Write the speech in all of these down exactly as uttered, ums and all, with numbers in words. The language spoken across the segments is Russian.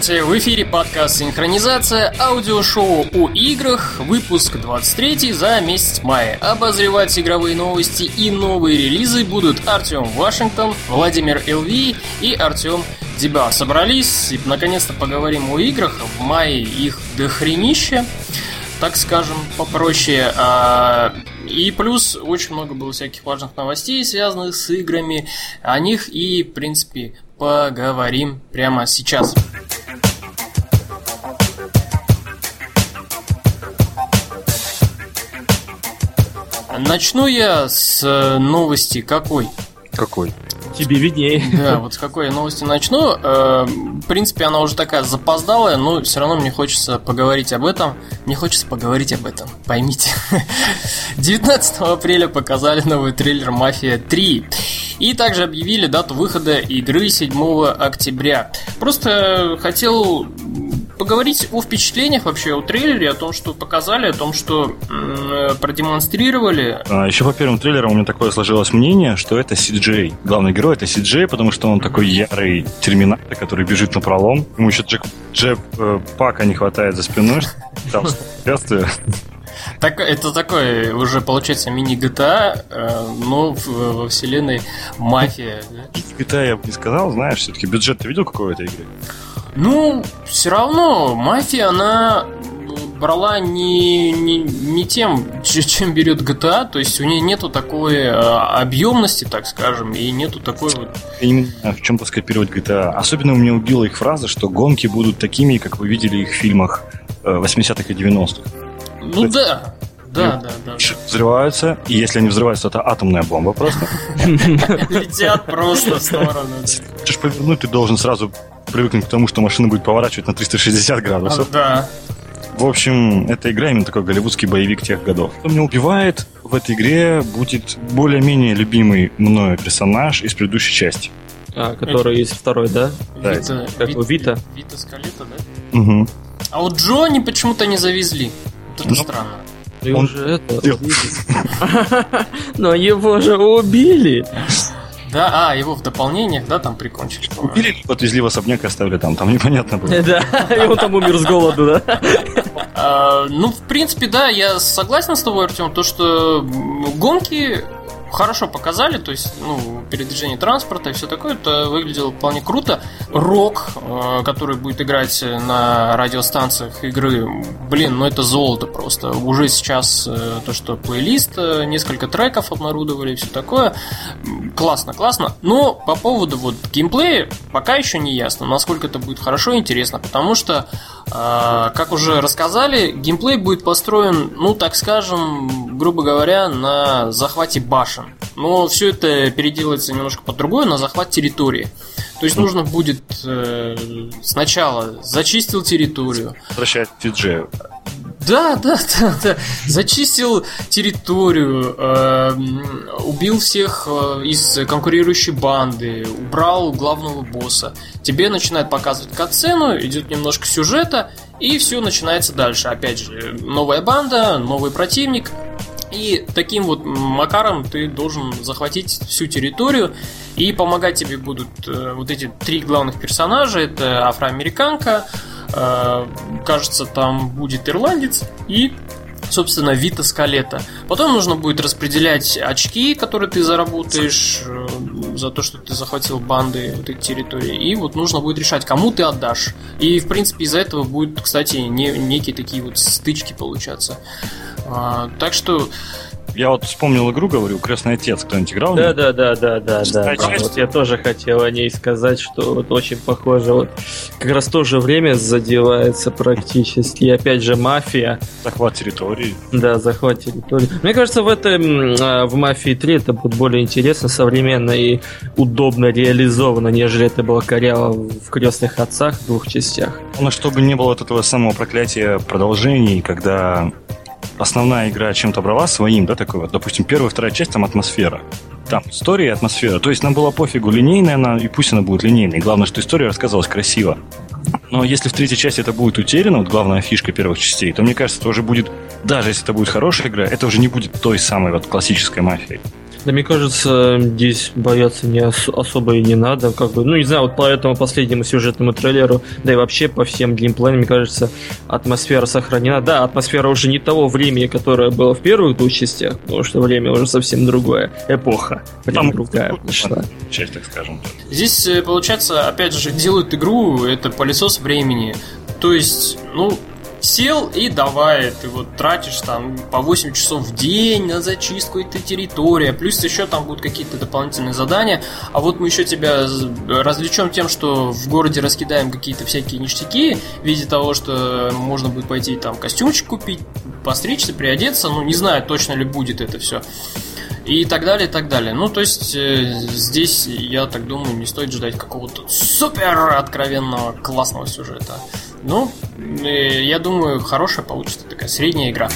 Здравствуйте, в эфире подкаст «Синхронизация», аудиошоу о играх, выпуск двадцать третий за месяц мая. Обозревать игровые новости и новые релизы будут Артем Вашингтон, Владимир эл ви и Артем Деба. Собрались и наконец-то поговорим о играх. В мае их дохренище, так скажем, попроще. И плюс очень много было всяких важных новостей, связанных с играми. О них и, в принципе, поговорим прямо сейчас. Начну я с новости какой? Какой? Тебе виднее. Да, вот с какой я новости начну. В принципе, она уже такая запоздалая, но все равно мне хочется поговорить об этом. Мне хочется поговорить об этом, поймите. девятнадцатого апреля показали новый трейлер «Мафия три». И также объявили дату выхода игры седьмого октября. Просто хотел поговорить о впечатлениях вообще о трейлере, о том, что показали, о том, что м- продемонстрировали. А, еще по первым трейлерам у меня такое сложилось мнение, что это си джей. Главный герой это си джей, потому что он такой ярый терминатор, который бежит напролом. Ему еще джек, джеб э, пака не хватает за спиной. Там препятствия. Так, это такой уже, получается, мини-джи ти эй, э, но в, во вселенной «Мафия». джи ти эй я бы не сказал, знаешь, все-таки бюджет ты видел какой у этой игры? Ну, все равно «Мафия», она брала не, не, не тем, чем берет джи ти эй, то есть у нее нету такой э, объемности, так скажем, и нету такой вот... Именно в чем-то скопировать джи ти эй. Особенно меня убила их фраза, что гонки будут такими, как вы видели их в фильмах восьмидесятых и девяностых. Ну есть, да, да, да, да. Взрываются, и если они взрываются, то это атомная бомба просто. Летят просто в сторону. Хочешь повернуть, ты должен сразу привыкнуть к тому, что машина будет поворачивать на триста шестьдесят градусов. Да. В общем, эта игра именно такой голливудский боевик тех годов. Что меня убивает, в этой игре будет более-менее любимый мною персонаж из предыдущей части. А, который из второй, да? Да. Вита, как у Вита? Вита Скалета, да? Угу. А вот Джонни почему-то не завезли. Это ну, странно. Его же это убили. Но его же убили. Да, а, его в дополнениях, да, там прикончили. Убили, отвезли в особняк и оставили там. Там непонятно было. Да, и он там умер с голоду, да? Ну, в принципе, да, я согласен с тобой, Артем, то, что гонки хорошо показали, то есть, ну, передвижение транспорта и все такое, это выглядело вполне круто. Рок, э, который будет играть на радиостанциях игры, блин, ну это золото просто. Уже сейчас э, то, что плейлист, э, несколько треков обнародовали и все такое. Классно, классно. Но по поводу вот геймплея пока еще не ясно, насколько это будет хорошо и интересно, потому что, э, как уже рассказали, геймплей будет построен, ну, так скажем, грубо говоря, на захвате башен. Но все это переделается немножко под другое, на захват территории. То есть нужно будет э, сначала зачистил территорию. Возвращать си джей. Да, да, да, да. Зачистил территорию, э, убил всех э, из конкурирующей банды, убрал главного босса. Тебе начинают показывать катсцену, идет немножко сюжета, и все начинается дальше. Опять же, новая банда, новый противник. И таким вот макаром ты должен захватить всю территорию. И помогать тебе будут э, вот эти три главных персонажа. Это афроамериканка, э, кажется, там будет ирландец и, собственно, Вита Скалета. Потом нужно будет распределять очки, которые ты заработаешь э, за то, что ты захватил банды вот этой территории. И вот нужно будет решать, кому ты отдашь. И, в принципе, из-за этого будут, кстати, не, некие такие вот стычки получаться. А, так что... Я вот вспомнил игру, говорю, «Крестный отец». Кто-нибудь играл? Да, да, да, да, да, да. Часть. Вот я тоже хотел о ней сказать, что вот очень похоже. Вот как раз в то же время задевается практически. И опять же «Мафия». Захват территории. Да, захват территории. Мне кажется, в этом, в «Мафии три» это будет более интересно, современно и удобно реализовано, нежели это было коряво в «Крестных отцах» в двух частях. Но чтобы не было вот этого самого проклятия продолжений, когда основная игра чем-то брала своим, да, такой вот, допустим, первая, вторая часть, там атмосфера. Там история и атмосфера. То есть нам было пофигу, линейная она, и пусть она будет линейной. Главное, что история рассказывалась красиво. Но если в третьей части это будет утеряно, вот главная фишка первых частей, то мне кажется, это уже будет, даже если это будет хорошая игра, это уже не будет той самой вот классической мафией. Да, мне кажется, здесь бояться не ос- особо и не надо. Как бы, ну, не знаю, вот по этому последнему сюжетному трейлеру, да и вообще по всем геймплеям, мне кажется, атмосфера сохранена. Да, атмосфера уже не того времени, которое было в первых двух частях, потому что время уже совсем другое. Эпоха. Прям другая пришла. Часть, так скажем. Здесь, получается, опять же, делают игру, это пылесос времени. То есть, ну, сел и давай, ты вот тратишь там по восемь часов в день на зачистку этой территории, плюс еще там будут какие-то дополнительные задания, а вот мы еще тебя развлечем тем, что в городе раскидаем какие-то всякие ништяки в виде того, что можно будет пойти там костюмчик купить, постричься, приодеться, ну не знаю, точно ли будет это все. И так далее, и так далее. Ну, то есть, э, здесь, я так думаю, не стоит ждать какого-то супер откровенного классного сюжета. Ну, э, я думаю, хорошая получится такая средняя игра.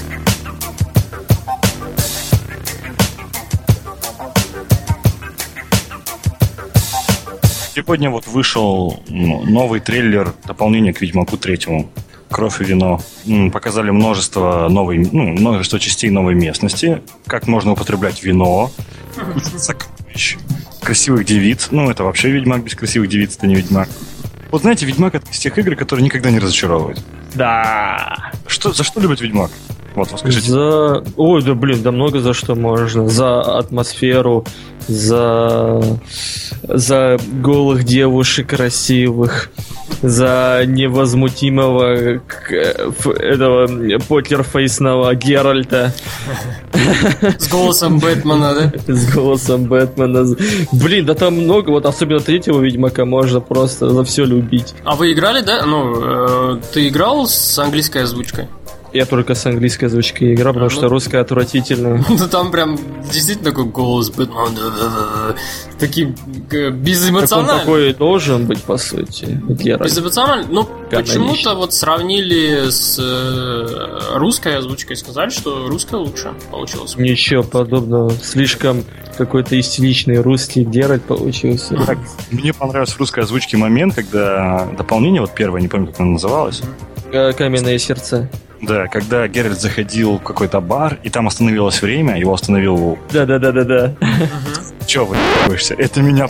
Сегодня вот вышел новый трейлер дополнения к Ведьмаку третьему. Кровь и вино. Показали множество новой, ну, множество частей новой местности, как можно употреблять вино, сокровищ, красивых девиц. Ну, это вообще Ведьмак без красивых девиц, это не Ведьмак. Вот знаете, Ведьмак — это из тех игр, которые никогда не разочаровывают. Да. Что, за что любит Ведьмак? Вот, расскажите. За... Ой, да блин, да много за что можно. За атмосферу, за... за голых девушек красивых, за невозмутимого к... этого покерфейсного Геральта. С голосом Бэтмена, да? С голосом Бэтмена. Блин, да там много, вот особенно третьего Ведьмака можно просто за все любить. А вы играли, да? Ну, э, ты играл с английской озвучкой? Я только с английской озвучкой играл, потому а, что ну, русская отвратительная. Ну там прям действительно такой голос Бэтмена, таким безэмоциональным. Так он такой должен быть, по сути. Безэмоциональный. Ну, почему-то вот сравнили с э, русской озвучкой, сказали, что русская лучше получилась. Ничего подобного. Слишком какой-то истеричный русский Геральт получился. Мне понравился в русской озвучке момент, когда дополнение, вот первое, не помню, как оно называлось. Каменные сердца. Да, когда Геральт заходил в какой-то бар, и там остановилось время, его остановил... Да-да-да-да-да. Чё вы ***ешься? Это меня...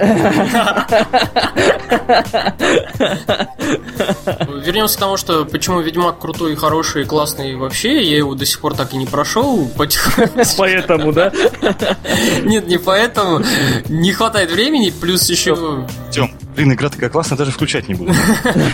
Вернемся к тому, что почему Ведьмак крутой, хороший, классный вообще. Я его до сих пор так и не прошел. Поэтому, да? Нет, не поэтому. Не хватает времени, плюс еще... Тём, блин, игра такая классная, даже включать не буду.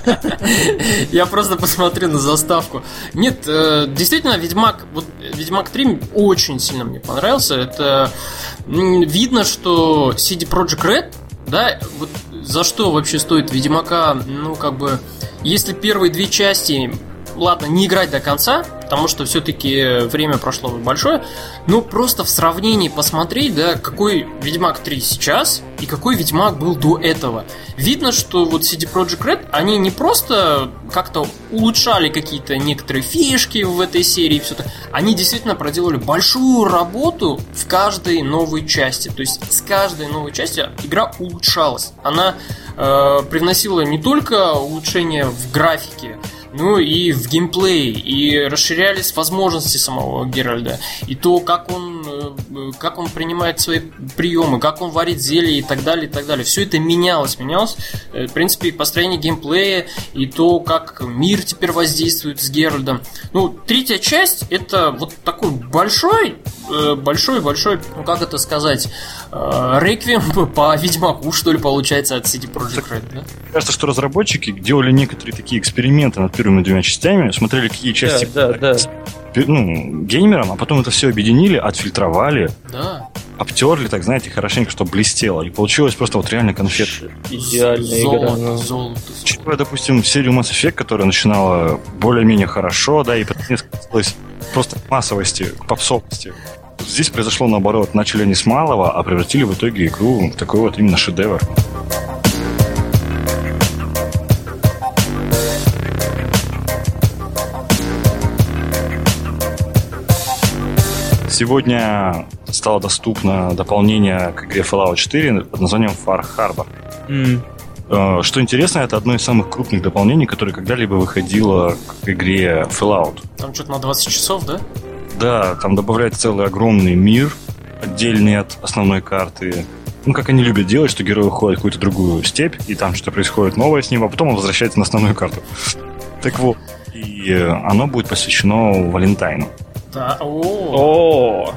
Я просто посмотрю на заставку. Нет, действительно, Ведьмак, вот Ведьмак три очень сильно мне понравился. Это видно, что си ди Projekt Red, да, вот за что вообще стоит Ведьмака, ну, как бы, если первые две части, ладно, не играть до конца, потому что все-таки время прошло большое, но просто в сравнении посмотреть, да, какой Ведьмак три сейчас и какой Ведьмак был до этого. Видно, что вот си ди Projekt Red, они не просто как-то улучшали какие-то некоторые фишки в этой серии, все так, они действительно проделали большую работу в каждой новой части. То есть с каждой новой части игра улучшалась. Она э, привносила не только улучшения в графике, ну и в геймплей, и расширялись возможности самого Геральда, и то, как он, как он принимает свои приемы, как он варит зелья и так далее, и так далее. Все это менялось, менялось. В принципе, и построение геймплея, и то, как мир теперь воздействует с Геральдом. Ну, третья часть — это вот такой большой, большой, большой, ну как это сказать, реквием по Ведьмаку, что ли, получается, от си ди Projekt Red, да? Кажется, что разработчики делали некоторые такие эксперименты над первыми двумя частями, смотрели, какие части да, да, да. Ну, геймерам, а потом это все объединили, отфильтровали, да. обтерли, так знаете, хорошенько, чтобы блестело. И получилось просто вот реально конфет. Идеальная игра. Но... Золото. Учитывая, допустим, серию Mass Effect, которая начинала более-менее хорошо, да, и потом скатилась просто к массовости, к попсовости. Здесь произошло наоборот. Начали они с малого, а превратили в итоге игру в такой вот именно шедевр. Сегодня стало доступно дополнение к игре Fallout четыре под названием Far Harbor. Mm. Что интересно, это одно из самых крупных дополнений, которое когда-либо выходило к игре Fallout. Там что-то на двадцать часов, да? Да, там добавляется целый огромный мир, отдельные от основной карты. Ну, как они любят делать, что герой уходит в какую-то другую степь, и там что-то происходит новое с ним, а потом он возвращается на основную карту. Так вот, и оно будет посвящено Валентайну. Да, о,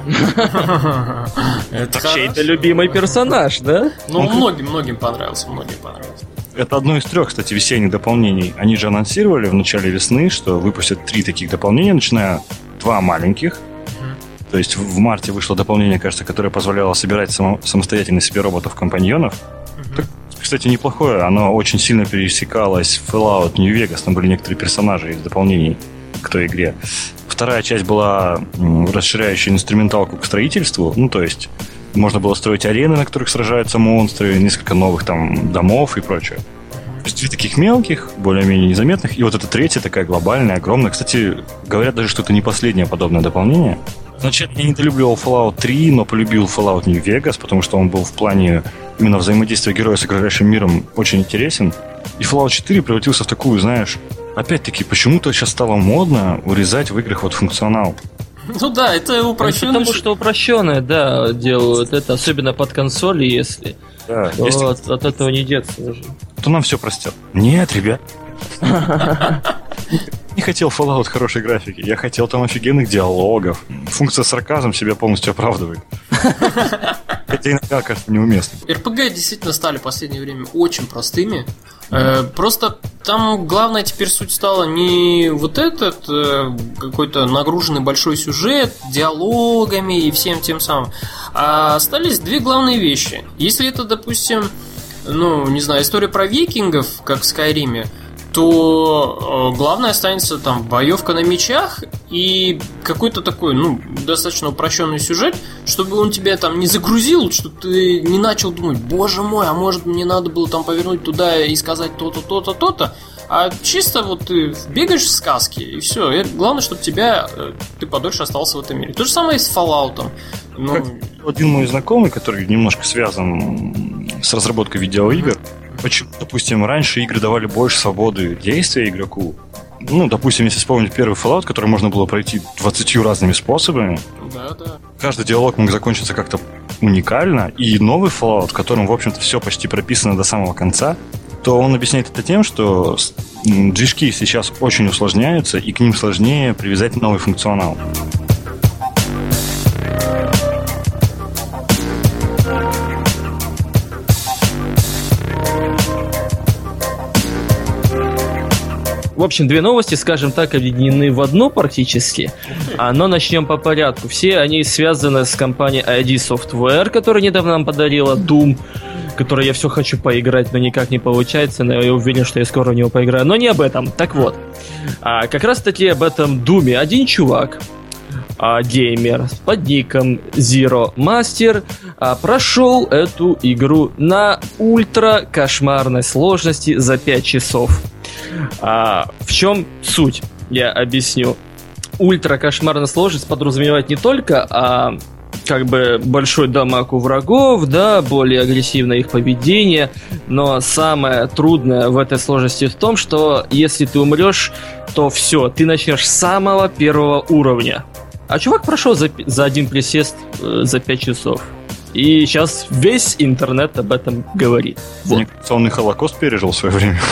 это чей-то любимый персонаж, да? Ну, многим, многим понравился, многим понравился. Это одно из трех, кстати, весенних дополнений. Они же анонсировали в начале весны, что выпустят три таких дополнения, начиная два маленьких. Uh-huh. То есть в марте вышло дополнение, кажется, которое позволяло собирать само, самостоятельно себе роботов-компаньонов. Uh-huh. Так, кстати, неплохое. Оно очень сильно пересекалось в Fallout New Vegas. Там были некоторые персонажи из дополнений к той игре. Вторая часть была расширяющая инструменталку к строительству. Ну, то есть можно было строить арены, на которых сражаются монстры, несколько новых там домов и прочее. То есть две таких мелких, более-менее незаметных. И вот эта третья такая глобальная, огромная. Кстати, говорят даже, что это не последнее подобное дополнение. Значит, я недолюбливал Fallout три, но полюбил Fallout New Vegas, потому что он был в плане именно взаимодействия героя с окружающим миром очень интересен. И Fallout четыре превратился в такую, знаешь, опять-таки, почему-то сейчас стало модно урезать в играх вот функционал. Ну да, это упрощенное. Потому что упрощенное, да, делают это, особенно под консоли, если. Да, то если... От, от этого не деться уже. То нам все простят. Нет, ребят. Не хотел Fallout хорошей графики, я хотел там офигенных диалогов. Функция сарказм себя полностью оправдывает. Хотя иногда кажется неуместным. эр пи джи действительно стали в последнее время очень простыми. Э, просто там главная теперь суть стала не вот этот э, какой-то нагруженный большой сюжет диалогами и всем тем самым, а остались две главные вещи. Если это, допустим, ну, не знаю, история про викингов, как в Скайриме, то э, главное останется там боевка на мечах и какой-то такой, ну, достаточно упрощенный сюжет, чтобы он тебя там не загрузил, чтобы ты не начал думать, боже мой, а может мне надо было там повернуть туда и сказать то-то, то-то, то-то, а чисто вот ты бегаешь в сказке и все. И главное, чтобы тебя э, ты подольше остался в этом мире. То же самое и с Fallout'ом. Ну... Один мой знакомый, который немножко связан с разработкой видеоигр, почему, допустим, раньше игры давали больше свободы действия игроку. Ну, допустим, если вспомнить первый Fallout, который можно было пройти двадцатью разными способами. Да, да. Каждый диалог мог закончиться как-то уникально. И новый Fallout, в котором, в общем-то, все почти прописано до самого конца, то он объясняет это тем, что движки сейчас очень усложняются, и к ним сложнее привязать новый функционал. В общем, две новости, скажем так, объединены в одну практически. Но начнем по порядку. Все они связаны с компанией ай ди Software, которая недавно нам подарила Doom, который я все хочу поиграть, но никак не получается. Но я уверен, что я скоро в него поиграю. Но не об этом. Так вот, а, как раз таки об этом Doom. Один чувак, а, геймер под ником Zero Master, а, прошел эту игру на ультра кошмарной сложности за пять часов. А, в чем суть? Я объясню. Ультра кошмарная сложность подразумевает не только а, как бы большой дамаг у врагов, да, более агрессивное их поведение, но самое трудное в этой сложности в том, что если ты умрешь, то все, ты начнешь с самого первого уровня. А чувак прошел за, за один присест э, за пять часов. И сейчас весь интернет об этом говорит. Вот. Мне кажется, он и Холокост пережил в свое время.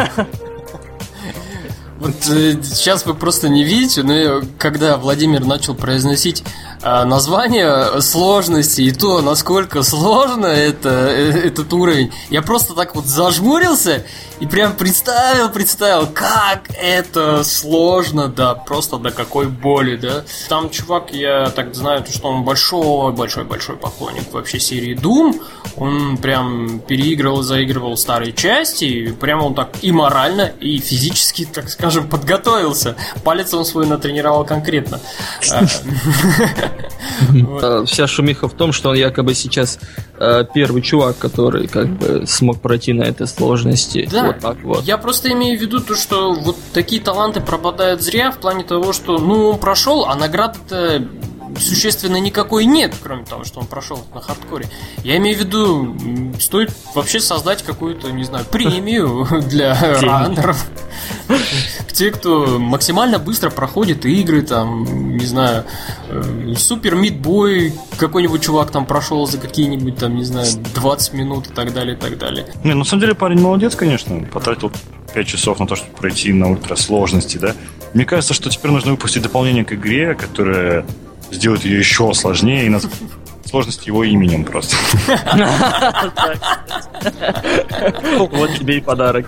Вот э, сейчас вы просто не видите, но когда Владимир начал произносить э, название сложности и то, насколько сложно это, э, этот уровень, я просто так вот зажмурился и прям представил, представил, как это сложно, да, просто до какой боли, да. Там чувак, я так знаю, что он большой-большой-большой поклонник вообще серии Doom, он прям переигрывал, заигрывал старые части, и прям он так и морально, и физически, так скажем, подготовился. Палец он свой натренировал конкретно. Вся шумиха в том, что он якобы сейчас первый чувак, который как бы смог пройти на этой сложности. Да, вот так вот. Я просто имею в виду то, что вот такие таланты пропадают зря в плане того, что ну он прошел, а награда-то существенно никакой нет, кроме того, что он прошел на хардкоре. Я имею в виду, стоит вообще создать какую-то, не знаю, премию для раннеров. Те, кто максимально быстро проходит игры, там, не знаю, Супер Мидбой, какой-нибудь чувак там прошел за какие-нибудь, там, не знаю, двадцать минут и так далее, и так далее. Не, на самом деле парень молодец, конечно, потратил пять часов на то, чтобы пройти на ультрасложности, да. Мне кажется, что теперь нужно выпустить дополнение к игре, которое сделает ее еще сложнее и назвать сложность его именем просто. Вот тебе и подарок.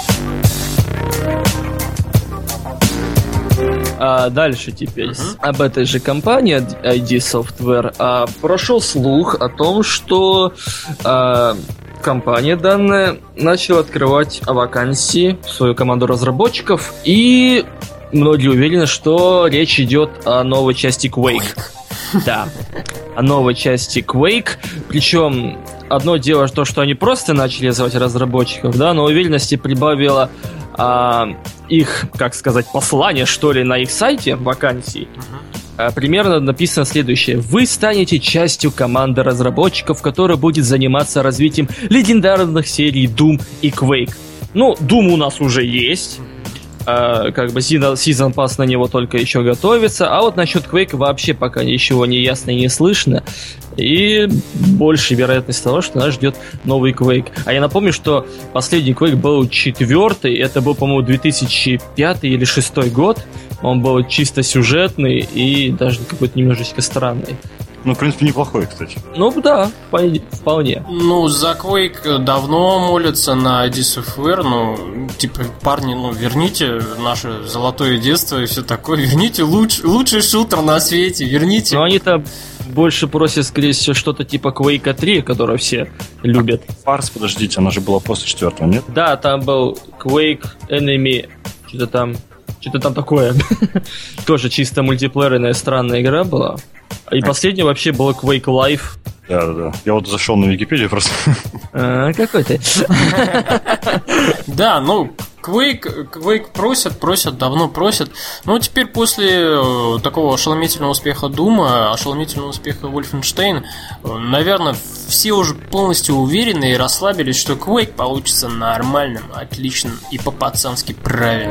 А дальше теперь uh-huh. об этой же компании ай ди Software а, прошел слух о том, что а, компания данная начала открывать вакансии в свою команду разработчиков, и многие уверены, что речь идет о новой части Quake. Quake. Да, о новой части Quake. Причем одно дело то, что они просто начали звать разработчиков, да, но уверенности прибавило а, их, как сказать, послание, что ли, на их сайте вакансий. Uh-huh. А, примерно написано следующее: вы станете частью команды разработчиков, которая будет заниматься развитием легендарных серий Doom и Quake. Ну, Doom у нас уже есть. Uh, как бы Season Pass на него только еще готовится, а вот насчет Quake вообще пока ничего не ясно и не слышно, и больше вероятность того, что нас ждет новый Quake. А я напомню, что последний Quake был четвертый, это был, по-моему, две тысячи пятый или две тысячи шестой год, он был чисто сюжетный и даже какой-то немножечко странный. Ну, в принципе, неплохой, кстати. Ну, да, вполне. Ну, за Quake давно молятся на ай ди Software, ну, типа, парни, ну, верните наше золотое детство и все такое, верните луч, лучший шутер на свете, верните. Ну, они-то больше просят, скорее всего, что-то типа Quake три, которое все любят. Фарс, подождите, она же была после четвертого, нет? Да, там был Quake Enemy, что-то там, что-то там такое. Тоже чисто мультиплеерная странная игра была. И последний вообще был Quake Live. Да-да-да. Я вот зашел на Википедию просто. А, какой ты? Да, ну, Quake, Quake просят, просят, давно просят. Но теперь после такого ошеломительного успеха Дума, ошеломительного успеха Wolfenstein, наверное, все уже полностью уверены и расслабились, что Quake получится нормальным, отличным и по-пацански правильным.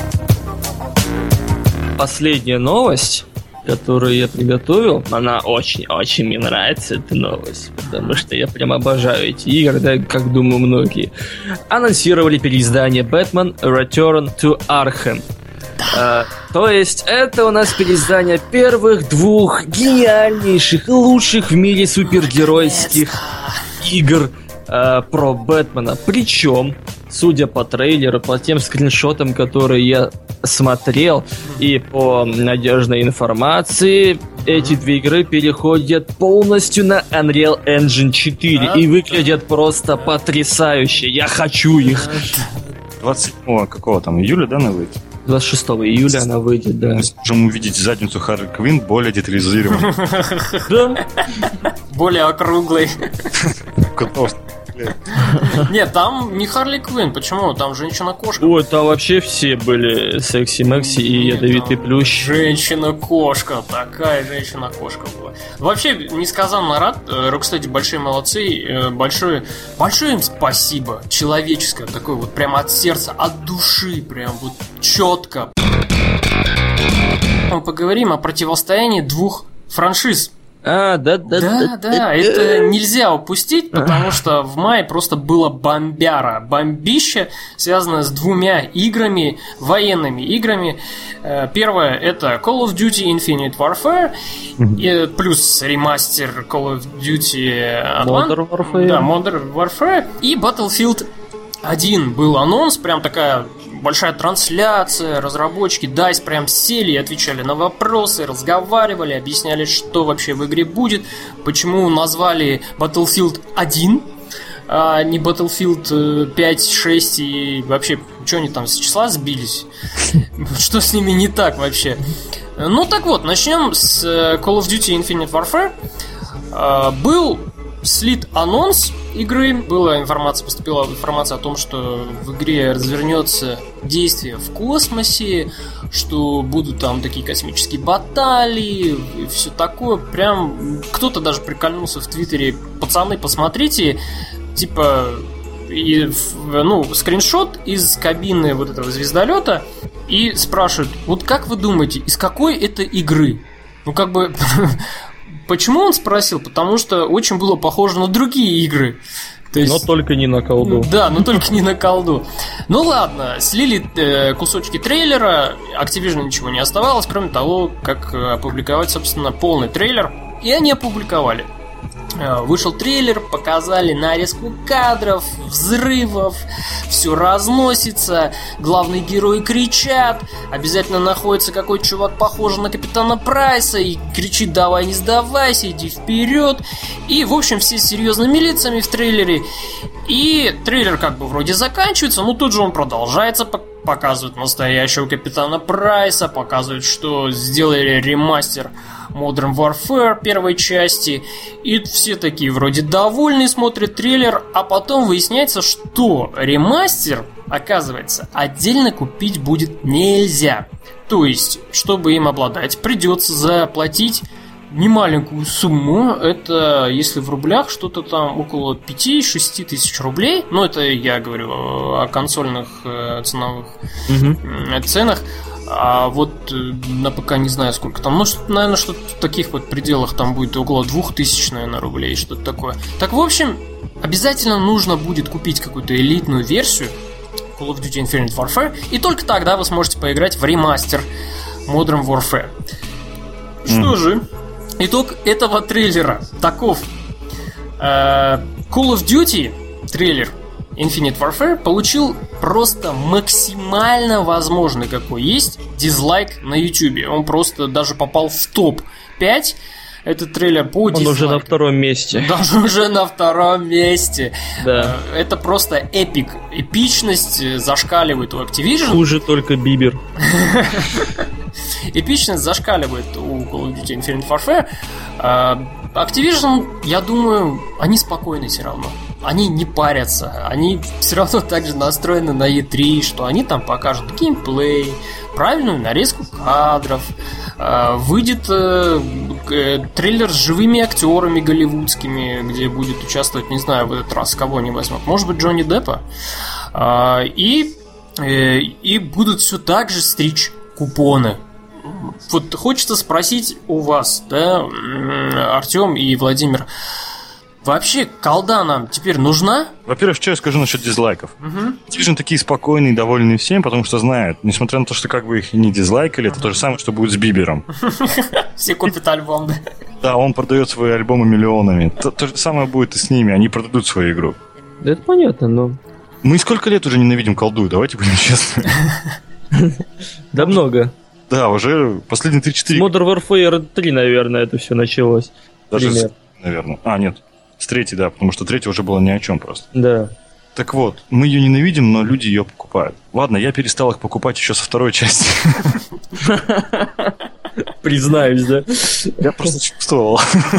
Последняя новость, которую я приготовил, она очень-очень мне нравится, эта новость, потому что я прям обожаю эти игры, да, как думаю многие. Анонсировали переиздание Batman Return to Arkham. А, то есть это у нас переиздание первых двух гениальнейших, лучших в мире супергеройских игр а, про Бэтмена. Причем, судя по трейлеру, по тем скриншотам, которые я смотрел, и по надежной информации, эти две игры переходят полностью на Unreal Engine четыре и выглядят просто потрясающе. Я хочу их. двадцать седьмого какого там июля, да, она выйдет? двадцать шестого июля она выйдет, да. Мы сможем увидеть задницу Харли Квинн более детализированно. Да. Более округлый. Нет, там не Харли Квинн. Почему? Там женщина-кошка. Ой, там вообще все были секси-мекси и ядовитый плющ. Женщина-кошка. Такая женщина-кошка была. Вообще, несказанно рад. Rocksteady большие молодцы. Большое, большое им спасибо. Человеческое. Такое вот прямо от сердца, от души. Прям вот четко. Мы поговорим о противостоянии двух франшиз. А, да, да, да, да, да, да, это нельзя упустить, потому что в мае просто было бомбяра, бомбище, связанное с двумя играми, военными играми. Первое — это Call of Duty Infinite Warfare, и плюс ремастер Call of Duty Modern Warfare. Да, Modern Warfare, и Battlefield один был анонс, прям такая большая трансляция, разработчики дай эс прям сели и отвечали на вопросы, разговаривали, объясняли, что вообще в игре будет, почему назвали Battlefield один, а не Battlefield пять, шесть и вообще, что они там с числа сбились? Что с ними не так вообще? Ну так вот, начнем с Call of Duty Infinite Warfare. Был слит анонс игры, была информация, поступила информация о том, что в игре развернется действие в космосе, что будут там такие космические баталии и все такое. Прям кто-то даже прикольнулся в Твиттере: пацаны, посмотрите, типа, и, ну, скриншот из кабины вот этого звездолета, и спрашивают: вот как вы думаете, из какой это игры? Ну, как бы, почему он спросил? Потому что очень было похоже на другие игры. То есть, но только не на колду. Да, но только не на колду. Ну ладно, слили э, кусочки трейлера, Activision ничего не оставалось, кроме того, как опубликовать, собственно, полный трейлер. И они опубликовали. Вышел трейлер, показали нарезку кадров, взрывов, все разносится, главные герои кричат, обязательно находится какой-то чувак, похожий на Капитана Прайса, и кричит: давай, не сдавайся, иди вперед. И, в общем, все с серьезными лицами в трейлере. И трейлер как бы вроде заканчивается, но тут же он продолжается, показывают настоящего Капитана Прайса, показывают, что сделали ремастер Modern Warfare первой части, и все такие вроде довольны, смотрят трейлер, а потом выясняется, что ремастер, оказывается, отдельно купить будет нельзя. То есть, чтобы им обладать, придется заплатить немаленькую сумму. Это, если в рублях, что-то там около пять-шесть тысяч рублей. Ну, это я говорю о консольных э, ценовых mm-hmm. ценах. А вот на ПК не знаю сколько там. Ну, что, наверное, что-то в таких вот пределах там будет около двух тысяч, наверное, рублей, что-то такое. Так, в общем, обязательно нужно будет купить какую-то элитную версию Call of Duty Infinite Warfare, и только тогда вы сможете поиграть в ремастер Modern Warfare. Mm. Что же, итог этого трейлера таков. Call of Duty трейлер Infinite Warfare получил просто максимально возможный, какой есть, дизлайк на YouTube. Он просто даже попал в топ пять. Этот трейлер по дизлайку. Он уже на втором месте. Даже уже на втором месте. Да. Это просто эпик. Эпичность зашкаливает у Activision. Хуже только Бибер. Эпичность зашкаливает у Call of Duty Infinite Warfare. Activision, я думаю, они спокойны все равно. Они не парятся. Они все равно так же настроены на и три, что они там покажут геймплей, правильную нарезку кадров, выйдет трейлер с живыми актерами голливудскими, где будет участвовать, не знаю, в этот раз кого они возьмут, может быть, Джонни Деппа, и, и будут все так же стричь купоны. Вот хочется спросить у вас, да, Артем и Владимир, вообще колда нам теперь нужна? Во-первых, что я скажу насчет дизлайков. Activision uh-huh. такие спокойные и довольные всем, потому что знают, несмотря на то, что как бы их и не дизлайкали, uh-huh. это то же самое, что будет с Бибером. Все купят альбом, да? Да, он продает свои альбомы миллионами. То же самое будет и с ними, они продадут свою игру. Да это понятно, но... Мы сколько лет уже ненавидим колду, давайте будем честны. Да много. Да, уже последние три-четыре... С Modern Warfare три, наверное, это все началось. Даже, наверное. А, нет. С третьей, да, потому что третья уже была ни о чем просто. Да. Так вот, мы ее ненавидим, но люди ее покупают. Ладно, я перестал их покупать еще со второй части. Признаюсь, да? Я просто чувствовал.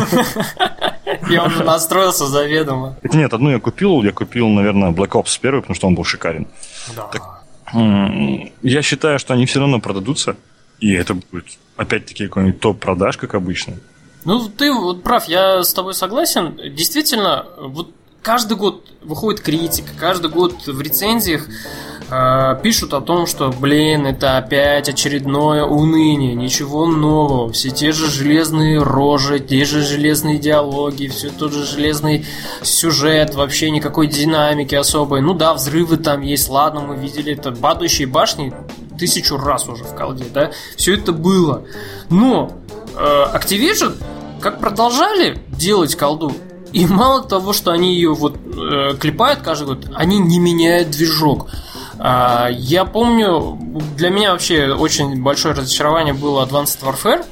Я уже настроился заведомо. Нет, одну я купил, я купил, наверное, Black Ops один, потому что он был шикарен. Да. Я считаю, что они все равно продадутся, и это будет опять-таки какой-нибудь топ-продаж, как обычно. Ну, ты вот прав, я с тобой согласен. Действительно, вот каждый год выходит критика, каждый год в рецензиях э, пишут о том, что, блин, это опять очередное уныние, ничего нового, все те же железные рожи, те же железные диалоги, все тот же железный сюжет, вообще никакой динамики особой. Ну да, взрывы там есть, ладно, мы видели это, падающие башни тысячу раз уже в колде, да, все это было. Но Activision как продолжали делать колду, и мало того, что они ее вот э, клепают каждый год, они не меняют движок. А, я помню, для меня вообще очень большое разочарование было Advanced Warfare.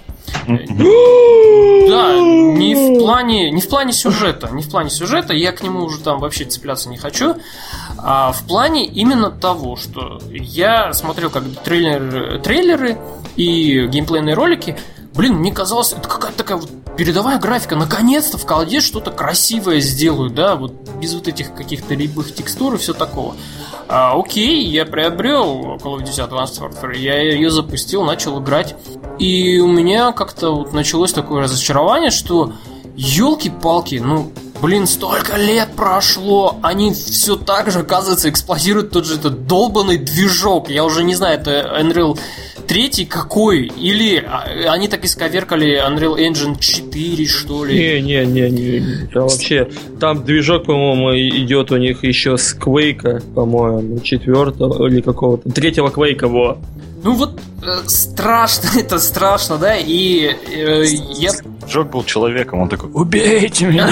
Да, не в плане, не в плане сюжета, не в плане сюжета, я к нему уже там вообще цепляться не хочу, а в плане именно того, что я смотрел как трейлеры, трейлеры и геймплейные ролики. Блин, мне казалось, это какая-то такая вот передовая графика. Наконец-то в колде что-то красивое сделают, да, вот без вот этих каких-то любых текстур и все такого. А, окей, я приобрел Call of Duty Advanced Warfare, я ее запустил, начал играть. И у меня как-то вот началось такое разочарование, что елки-палки, ну, блин, столько лет прошло, они все так же, оказывается, эксплуатируют тот же этот долбанный движок. Я уже не знаю, это Unreal три какой? Или они так исковеркали Unreal Engine четыре, что ли? Не-не-не, там вообще, там движок, по-моему, идет у них еще с Quake, по-моему, четвертого или какого-то, третьего Quake, во. Ну вот э, страшно, это страшно, да, и э, я... Джок был человеком, он такой, убейте меня!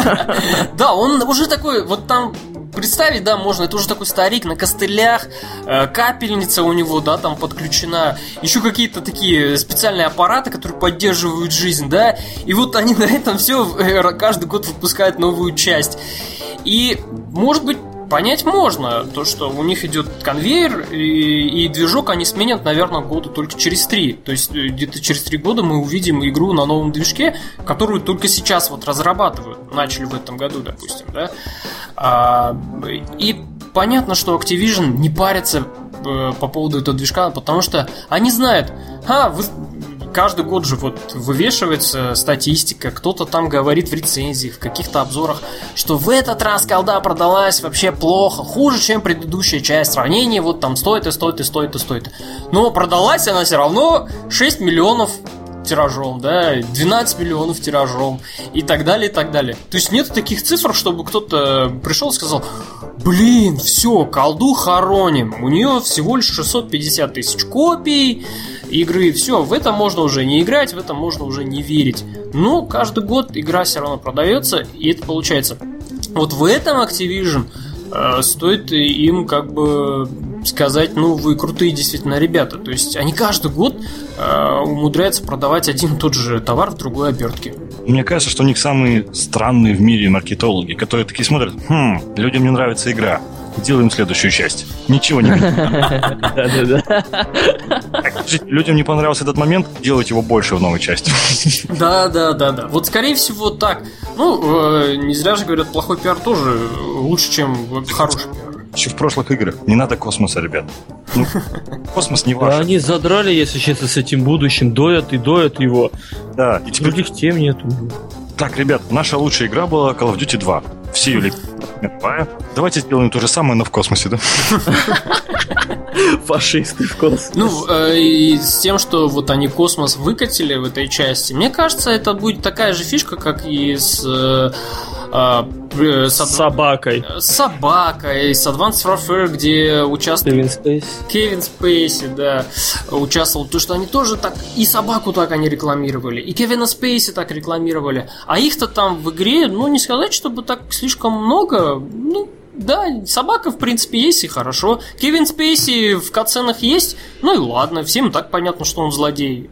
Да, он уже такой, вот там, представить, да, можно, это уже такой старик на костылях, капельница у него, да, там подключена, еще какие-то такие специальные аппараты, которые поддерживают жизнь, да, и вот они на этом все каждый год выпускают новую часть. И, может быть, понять можно, то, что у них идет конвейер, и, и движок они сменят, наверное, года только через три. То есть где-то через три года мы увидим игру на новом движке, которую только сейчас вот разрабатывают. Начали в этом году, допустим, да. А, и понятно, что Activision не парится э, по поводу этого движка, потому что они знают, а, вы... Каждый год же вот вывешивается статистика, кто-то там говорит в рецензиях, в каких-то обзорах, что в этот раз колда продалась вообще плохо, хуже, чем предыдущая часть. Сравнение вот там стоит и стоит и стоит и стоит. Но продалась она все равно шесть миллионов тиражом, да, двенадцать миллионов тиражом и так далее, и так далее. То есть нет таких цифр, чтобы кто-то пришел и сказал: блин, все, колду хороним, у нее всего лишь шестьсот пятьдесят тысяч копий игры, все, в это можно уже не играть, в это можно уже не верить. Но каждый год игра все равно продается, и это получается. Вот в этом Activision э, стоит им как бы сказать, ну, вы крутые действительно ребята. То есть они каждый год э, умудряются продавать один и тот же товар в другой обертке. Мне кажется, что у них самые странные в мире маркетологи, которые такие смотрят: хм, людям не нравится игра, делаем следующую часть. Ничего не людям не понравился этот момент, делать его больше в новой части. Да, да, да, да. Вот скорее всего так. Ну, не зря же говорят, плохой пиар тоже лучше, чем хороший пиар. Еще в прошлых играх. Не надо космоса, ребят. Ну, космос не ваш. Да, они задрали, если честно, с этим будущим. Доят и доят его. Да, и теперь... Других тем нету. Так, ребят, наша лучшая игра была Call of Duty два. Все ее любят. Давайте сделаем то же самое, но в космосе, да? Фашисты в космосе. Ну, э, и с тем, что вот они космос выкатили в этой части, мне кажется, это будет такая же фишка, как и с... Э, э, с, с собакой. С собакой, с Advanced Warfare, где участвовал... Кевин Спейси. Кевин Спейси, да, участвовал. То, что они тоже так... И собаку так они рекламировали, и Кевина Спейси так рекламировали. А их-то там в игре, ну, не сказать, чтобы так слишком много... Ну, да, собака, в принципе, есть, и хорошо. Кевин Спейси в катсценах есть, ну и ладно, всем так понятно, что он злодей.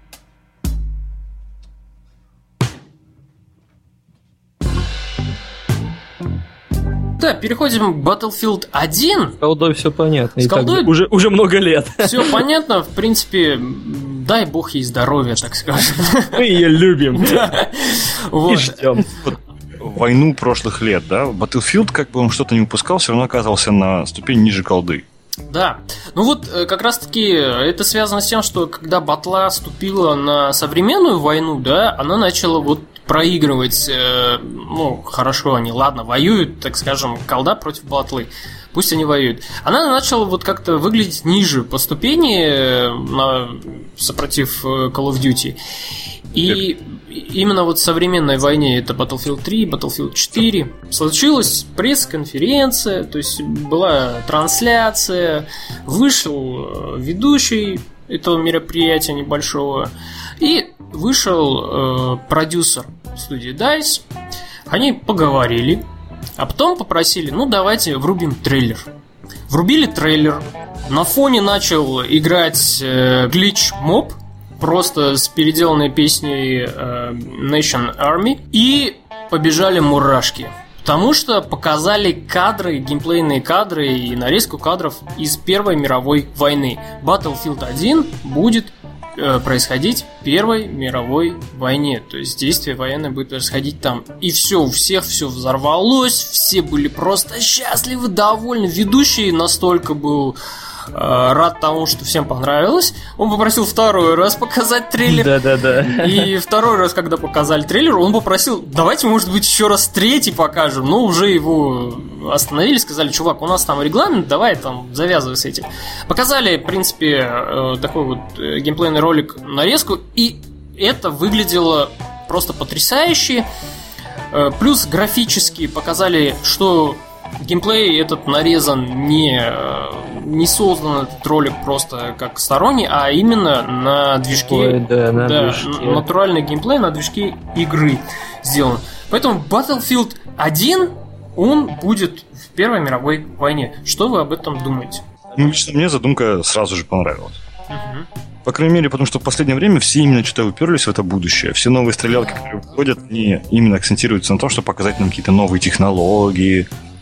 Да, переходим к Battlefield один. С колдой все понятно. С колдой уже, уже много лет. Все понятно, в принципе, дай бог ей здоровья, так скажем. Мы ее любим. И ждем. Войну прошлых лет, да? Battlefield, как бы он что-то не выпускал, все равно оказался на ступень ниже колды. Да, ну вот как раз таки это связано с тем, что когда батла ступила на современную войну, да, она начала вот проигрывать, э, ну, хорошо, они, ладно, воюют, так скажем, колда против батлы, пусть они воюют. Она начала вот как-то выглядеть ниже по ступени на, сопротив Call of Duty. И именно вот в современной войне, это Battlefield три, Battlefield четыре, случилась пресс-конференция, то есть была трансляция, вышел ведущий этого мероприятия небольшого, и вышел э, продюсер студии дайс. Они поговорили, а потом попросили, ну давайте врубим трейлер. Врубили трейлер, на фоне начал играть э, Glitch Mob, просто с переделанной песней э, Nation Army, и побежали мурашки. Потому что показали кадры, геймплейные кадры и нарезку кадров из Первой мировой войны. Battlefield один будет э, происходить в Первой мировой войне. То есть действие военное будет происходить там. И все, у всех все взорвалось, все были просто счастливы, довольны. Ведущий настолько был э, рад тому, что всем понравилось. Он попросил второй раз показать трейлер. Да-да-да. И второй раз, когда показали трейлер, он попросил, давайте, может быть, еще раз третий покажем. Но уже его остановили, сказали, чувак, у нас там регламент, давай там завязывай с этим. Показали, в принципе, такой вот геймплейный ролик, нарезку, и это выглядело просто потрясающе. Плюс графически показали, что геймплей этот нарезан не, не создан этот ролик просто как сторонний, а именно на движке. Ой, да, на да, движке. Натуральный геймплей на движке игры сделан. Поэтому Battlefield один, он будет в Первой мировой войне. Что вы об этом думаете? Ну, лично мне задумка сразу же понравилась. Угу. По крайней мере, потому что в последнее время все именно что-то уперлись в это будущее. Все новые стрелялки, которые выходят, они именно акцентируются на том, чтобы показать нам какие-то новые технологии,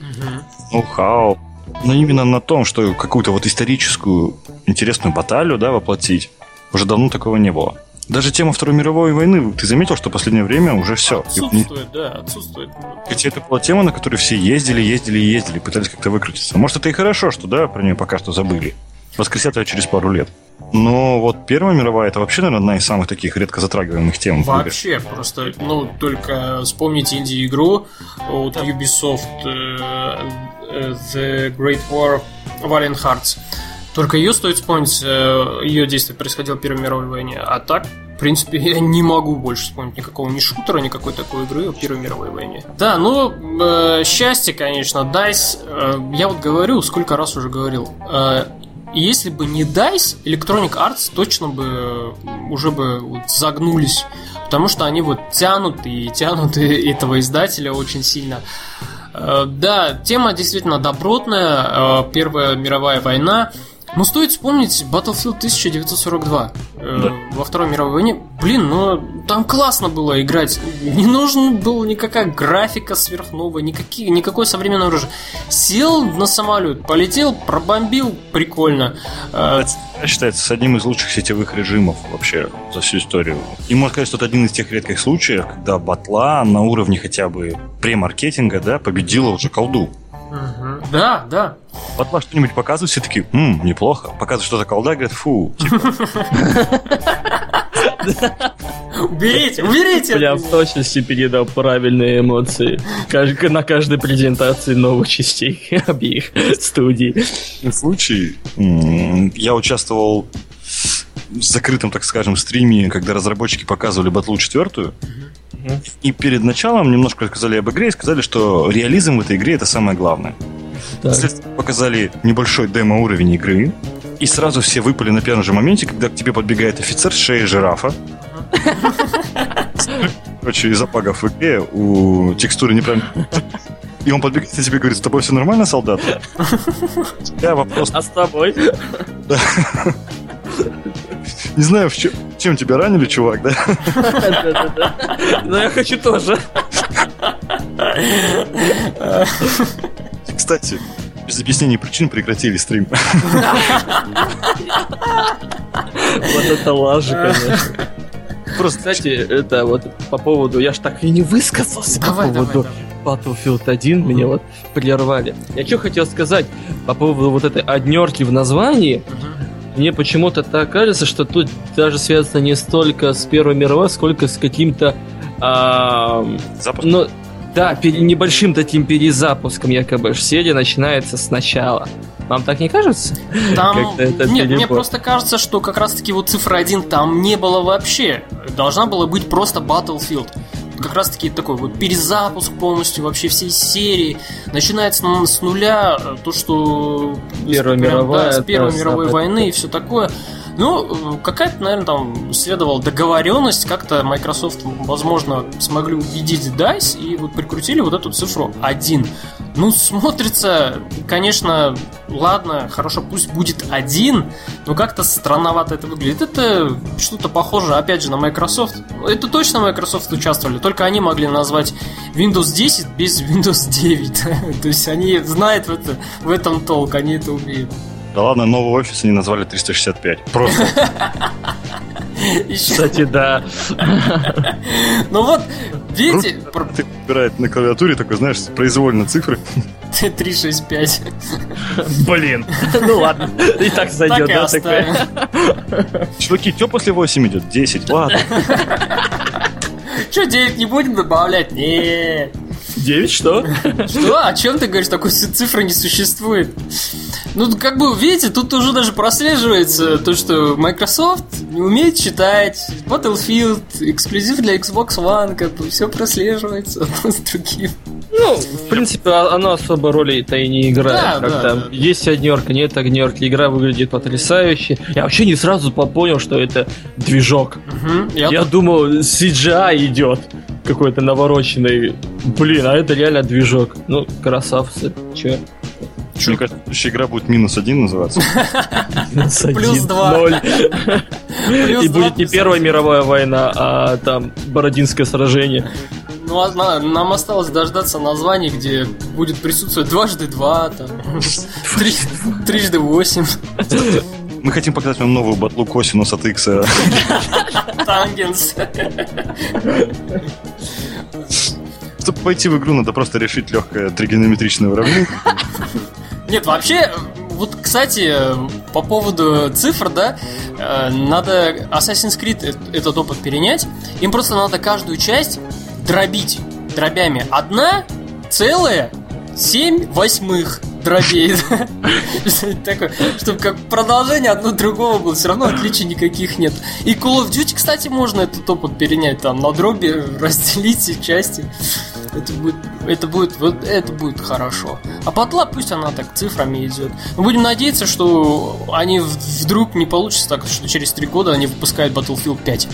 ноу-хау. Но именно на том, что какую-то вот историческую интересную баталию, да, воплотить, уже давно такого не было. Даже тема Второй мировой войны, ты заметил, что в последнее время уже все. Отсутствует, да, отсутствует. Хотя это была тема, на которой все ездили, ездили, ездили, пытались как-то выкрутиться. Может, это и хорошо, что, да, про нее пока что забыли. Воскресят ее через пару лет. Но вот Первая мировая, это вообще, наверное, одна из самых таких редко затрагиваемых тем. Вообще, просто, ну, только вспомните инди-игру от Ubisoft uh, The Great War Valiant Hearts. Только ее стоит вспомнить, ее действие происходило в Первой мировой войне. А так, в принципе, я не могу больше вспомнить никакого ни шутера, никакой такой игры о Первой мировой войне. Да, ну, э, счастье, конечно, дайс. Э, я вот говорю, сколько раз уже говорил. Э, если бы не дайс, Electronic Arts точно бы уже бы вот загнулись. Потому что они вот тянут и тянут этого издателя очень сильно. Э, да, тема действительно добротная. Э, Первая мировая война. Но стоит вспомнить Battlefield тысяча девятьсот сорок два э, да. во Второй мировой войне. Блин, ну там классно было играть. Не нужна была никакая графика сверхновая, никакие, никакое современное оружие. Сел на самолет, полетел, пробомбил, прикольно. Это считается с одним из лучших сетевых режимов вообще за всю историю. И можно сказать, что это один из тех редких случаев, когда батла на уровне хотя бы премаркетинга, да, победила уже колду. Угу. Да, да. Батла что-нибудь показывают, все такие, ммм, неплохо. Показывают что-то колда, говорят, фу, типа. Уберите, уберите! Бля, в точности передал правильные эмоции. На каждой презентации новых частей обеих студий. В случае я участвовал в закрытом, так скажем, стриме, когда разработчики показывали Батлу четвертую. И перед началом немножко сказали об игре и сказали, что реализм в этой игре это самое главное. Следственно, показали небольшой демо-уровень игры, и сразу все выпали на первом же моменте, когда к тебе подбегает офицер с шеей жирафа. Короче, из-за багов в игре у текстуры неправильно. И он подбегает и тебе говорит, с тобой все нормально, солдат? Я вопрос... А с тобой? Да. Не знаю, в чем, чем тебя ранили, чувак, да? Да-да-да. Но я хочу тоже. Кстати, без объяснений причин прекратили стрим. Вот это лажа, конечно. Просто, кстати, это вот по поводу... Я ж так и не высказался давай, по поводу давай, давай. Battlefield один. Mm-hmm. Меня вот прервали. Я что хотел сказать по поводу вот этой однерки в названии. Mm-hmm. Мне почему-то так кажется, что тут даже связано не столько с Первой мировой, сколько с каким-то... А, ну, да, пере, небольшим таким перезапуском якобы. Серия начинается сначала. Вам так не кажется? Там... Нет, мне просто кажется, что как раз-таки вот цифра один там не было вообще. Должна была быть просто Battlefield. Как раз-таки такой вот перезапуск полностью вообще всей серии. Начинается с нуля то, что... Первая прям, мировая. Да, с Первой да, мировой войны и все такое. Ну, какая-то, наверное, там следовала договоренность. Как-то Microsoft, возможно, смогли убедить дайс и вот прикрутили вот эту цифру один. Ну, смотрится, конечно, ладно, хорошо, пусть будет один, но как-то странновато это выглядит. Это что-то похоже, опять же, на Microsoft. Это точно Microsoft участвовали, только они могли назвать Windows десять без Windows девять. То есть они знают в, это, в этом толк, они это умеют. Да ладно, новый офис они назвали триста шестьдесят пять. Просто. Кстати, да. Ну вот, видите... Ты выбирает на клавиатуре, такой, знаешь, произвольно цифры. три шесть пять. Блин. Ну ладно, и так зайдет, да? Такое. Чуваки, что после восемь идет? десять, ладно. Что, девять не будем добавлять? Нет. девять что? Что? О чем ты говоришь? Такой цифры не существует. Ну, как бы, видите, тут уже даже прослеживается то, что Microsoft не умеет читать. Battlefield, эксклюзив для Xbox One, как бы все прослеживается одно с другим. Ну, в принципе, оно особо роли-то и не играет. Да, как да, там да. Есть огнерка, нет огнерки, игра выглядит потрясающе. Я вообще не сразу понял, что это движок. Угу, я я тут... думал, си джи ай идет какой-то навороченный. Блин, а это реально движок. Ну, красавцы. Че? Мне кажется, следующая игра будет минус один называться. Плюс два. И будет не Первая мировая война, а там Бородинское сражение. Ну, а нам осталось дождаться названий, где будет присутствовать дважды два, там, трижды восемь. Мы хотим показать вам новую батлу косинус от икса. Тангенс. Чтобы пойти в игру, надо просто решить легкое тригонометричное уравнение. Нет, вообще, вот, кстати, по поводу цифр, да, надо Assassin's Creed этот опыт перенять. Им просто надо каждую часть дробить дробями. Одна целая семь восьмых дробей. Такое, чтобы как продолжение одно другого было. Все равно отличий никаких нет. И Call of Duty, кстати, можно этот опыт перенять. Там на дроби разделить и части. Это будет, это будет, вот это будет хорошо. А батла пусть она так цифрами идет. Мы будем надеяться, что они вдруг не получится так, что через три года они выпускают Battlefield пять.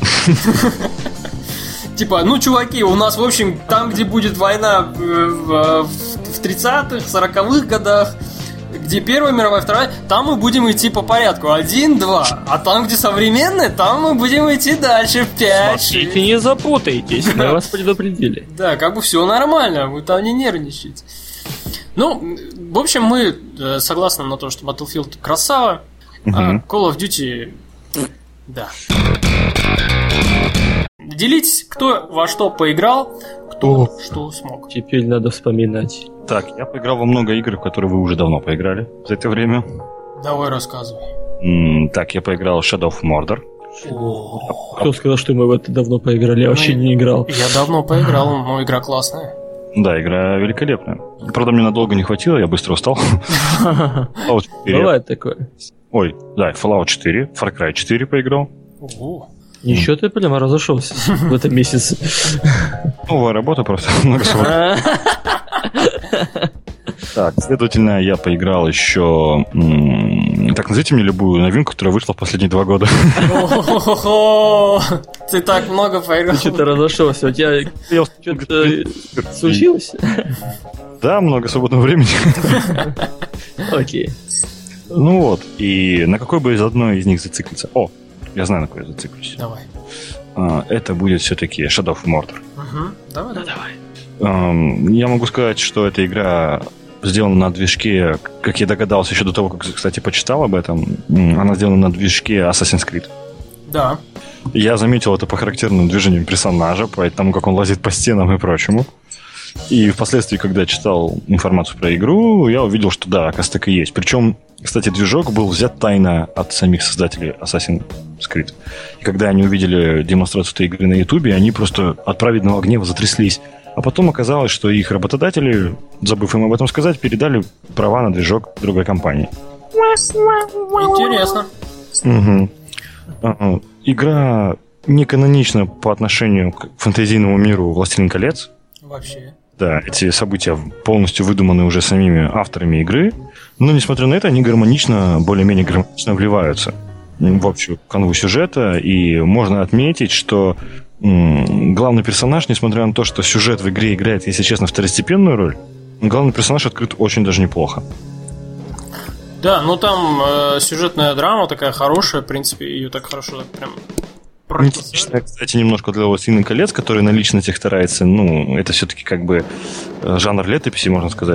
Типа, ну, чуваки, у нас, в общем, там, где будет война в тридцатых, сороковых годах, где Первая мировая, Вторая, там мы будем идти по порядку. Один, два. А там, где современные, там мы будем идти дальше. Пять, Смотрите, шесть. не запутайтесь, мы вас предупредили. Да, как бы все нормально, вы там не нервничаете. Ну, в общем, мы согласны на то, что Battlefield красава, а Call of Duty... Да. Делитесь, кто во что поиграл, кто О, что смог. Теперь надо вспоминать. Так, я поиграл во много игр, в которые вы уже давно поиграли за это время. Давай рассказывай. М, Так, я поиграл в Shadow of Mordor. Кто сказал, что мы в это давно поиграли? Я вообще не играл. Я давно поиграл, но игра классная. Да, игра великолепная. Правда, мне надолго не хватило, я быстро устал. Fallout четыре. Бывает такое. Ой, да, Fallout четыре, Far Cry четыре поиграл. Ого. Ничего, ты прямо разошелся в этом месяце. Новая работа просто, много свободы. Так, следовательно, я поиграл еще... м, Так, назовите мне любую новинку, которая вышла в последние два года. О-хо-хо-хо. Ты так много поиграл. Ты что-то разошелся, у тебя Я что-то случилось? Да, много свободного времени. Окей. Ну вот, и на какой бы из одной из них зациклиться? О, я знаю, на какой я зациклюсь. Давай. А, Это будет все-таки Shadow of Mordor. Угу. Давай, давай. Эм, Я могу сказать, что эта игра сделана на движке, как я догадался еще до того, как, кстати, почитал об этом. м, Она сделана на движке Assassin's Creed. Да. Я заметил это по характерным движениям персонажа, по тому, как он лазит по стенам и прочему. И впоследствии, когда читал информацию про игру, я увидел, что да, оказывается, так и есть. Причем, кстати, движок был взят тайно от самих создателей Assassin's Creed. И когда они увидели демонстрацию этой игры на Ютубе, они просто от праведного гнева затряслись. А потом оказалось, что их работодатели, забыв им об этом сказать, передали права на движок другой компании. Интересно. Угу. А, Игра не канонична по отношению к фэнтезийному миру «Властелин колец». Вообще. Да, эти события полностью выдуманы уже самими авторами игры, но, несмотря на это, они гармонично, более-менее гармонично вливаются в общую канву сюжета, и можно отметить, что м, главный персонаж, несмотря на то, что сюжет в игре играет, если честно, второстепенную роль, главный персонаж открыт очень даже неплохо. Да, ну там э, сюжетная драма такая хорошая, в принципе, ее так хорошо так прям Нетипичная, кстати, немножко для «Властелина колец», который на личностях старается, ну, это все-таки как бы жанр летописи, можно сказать.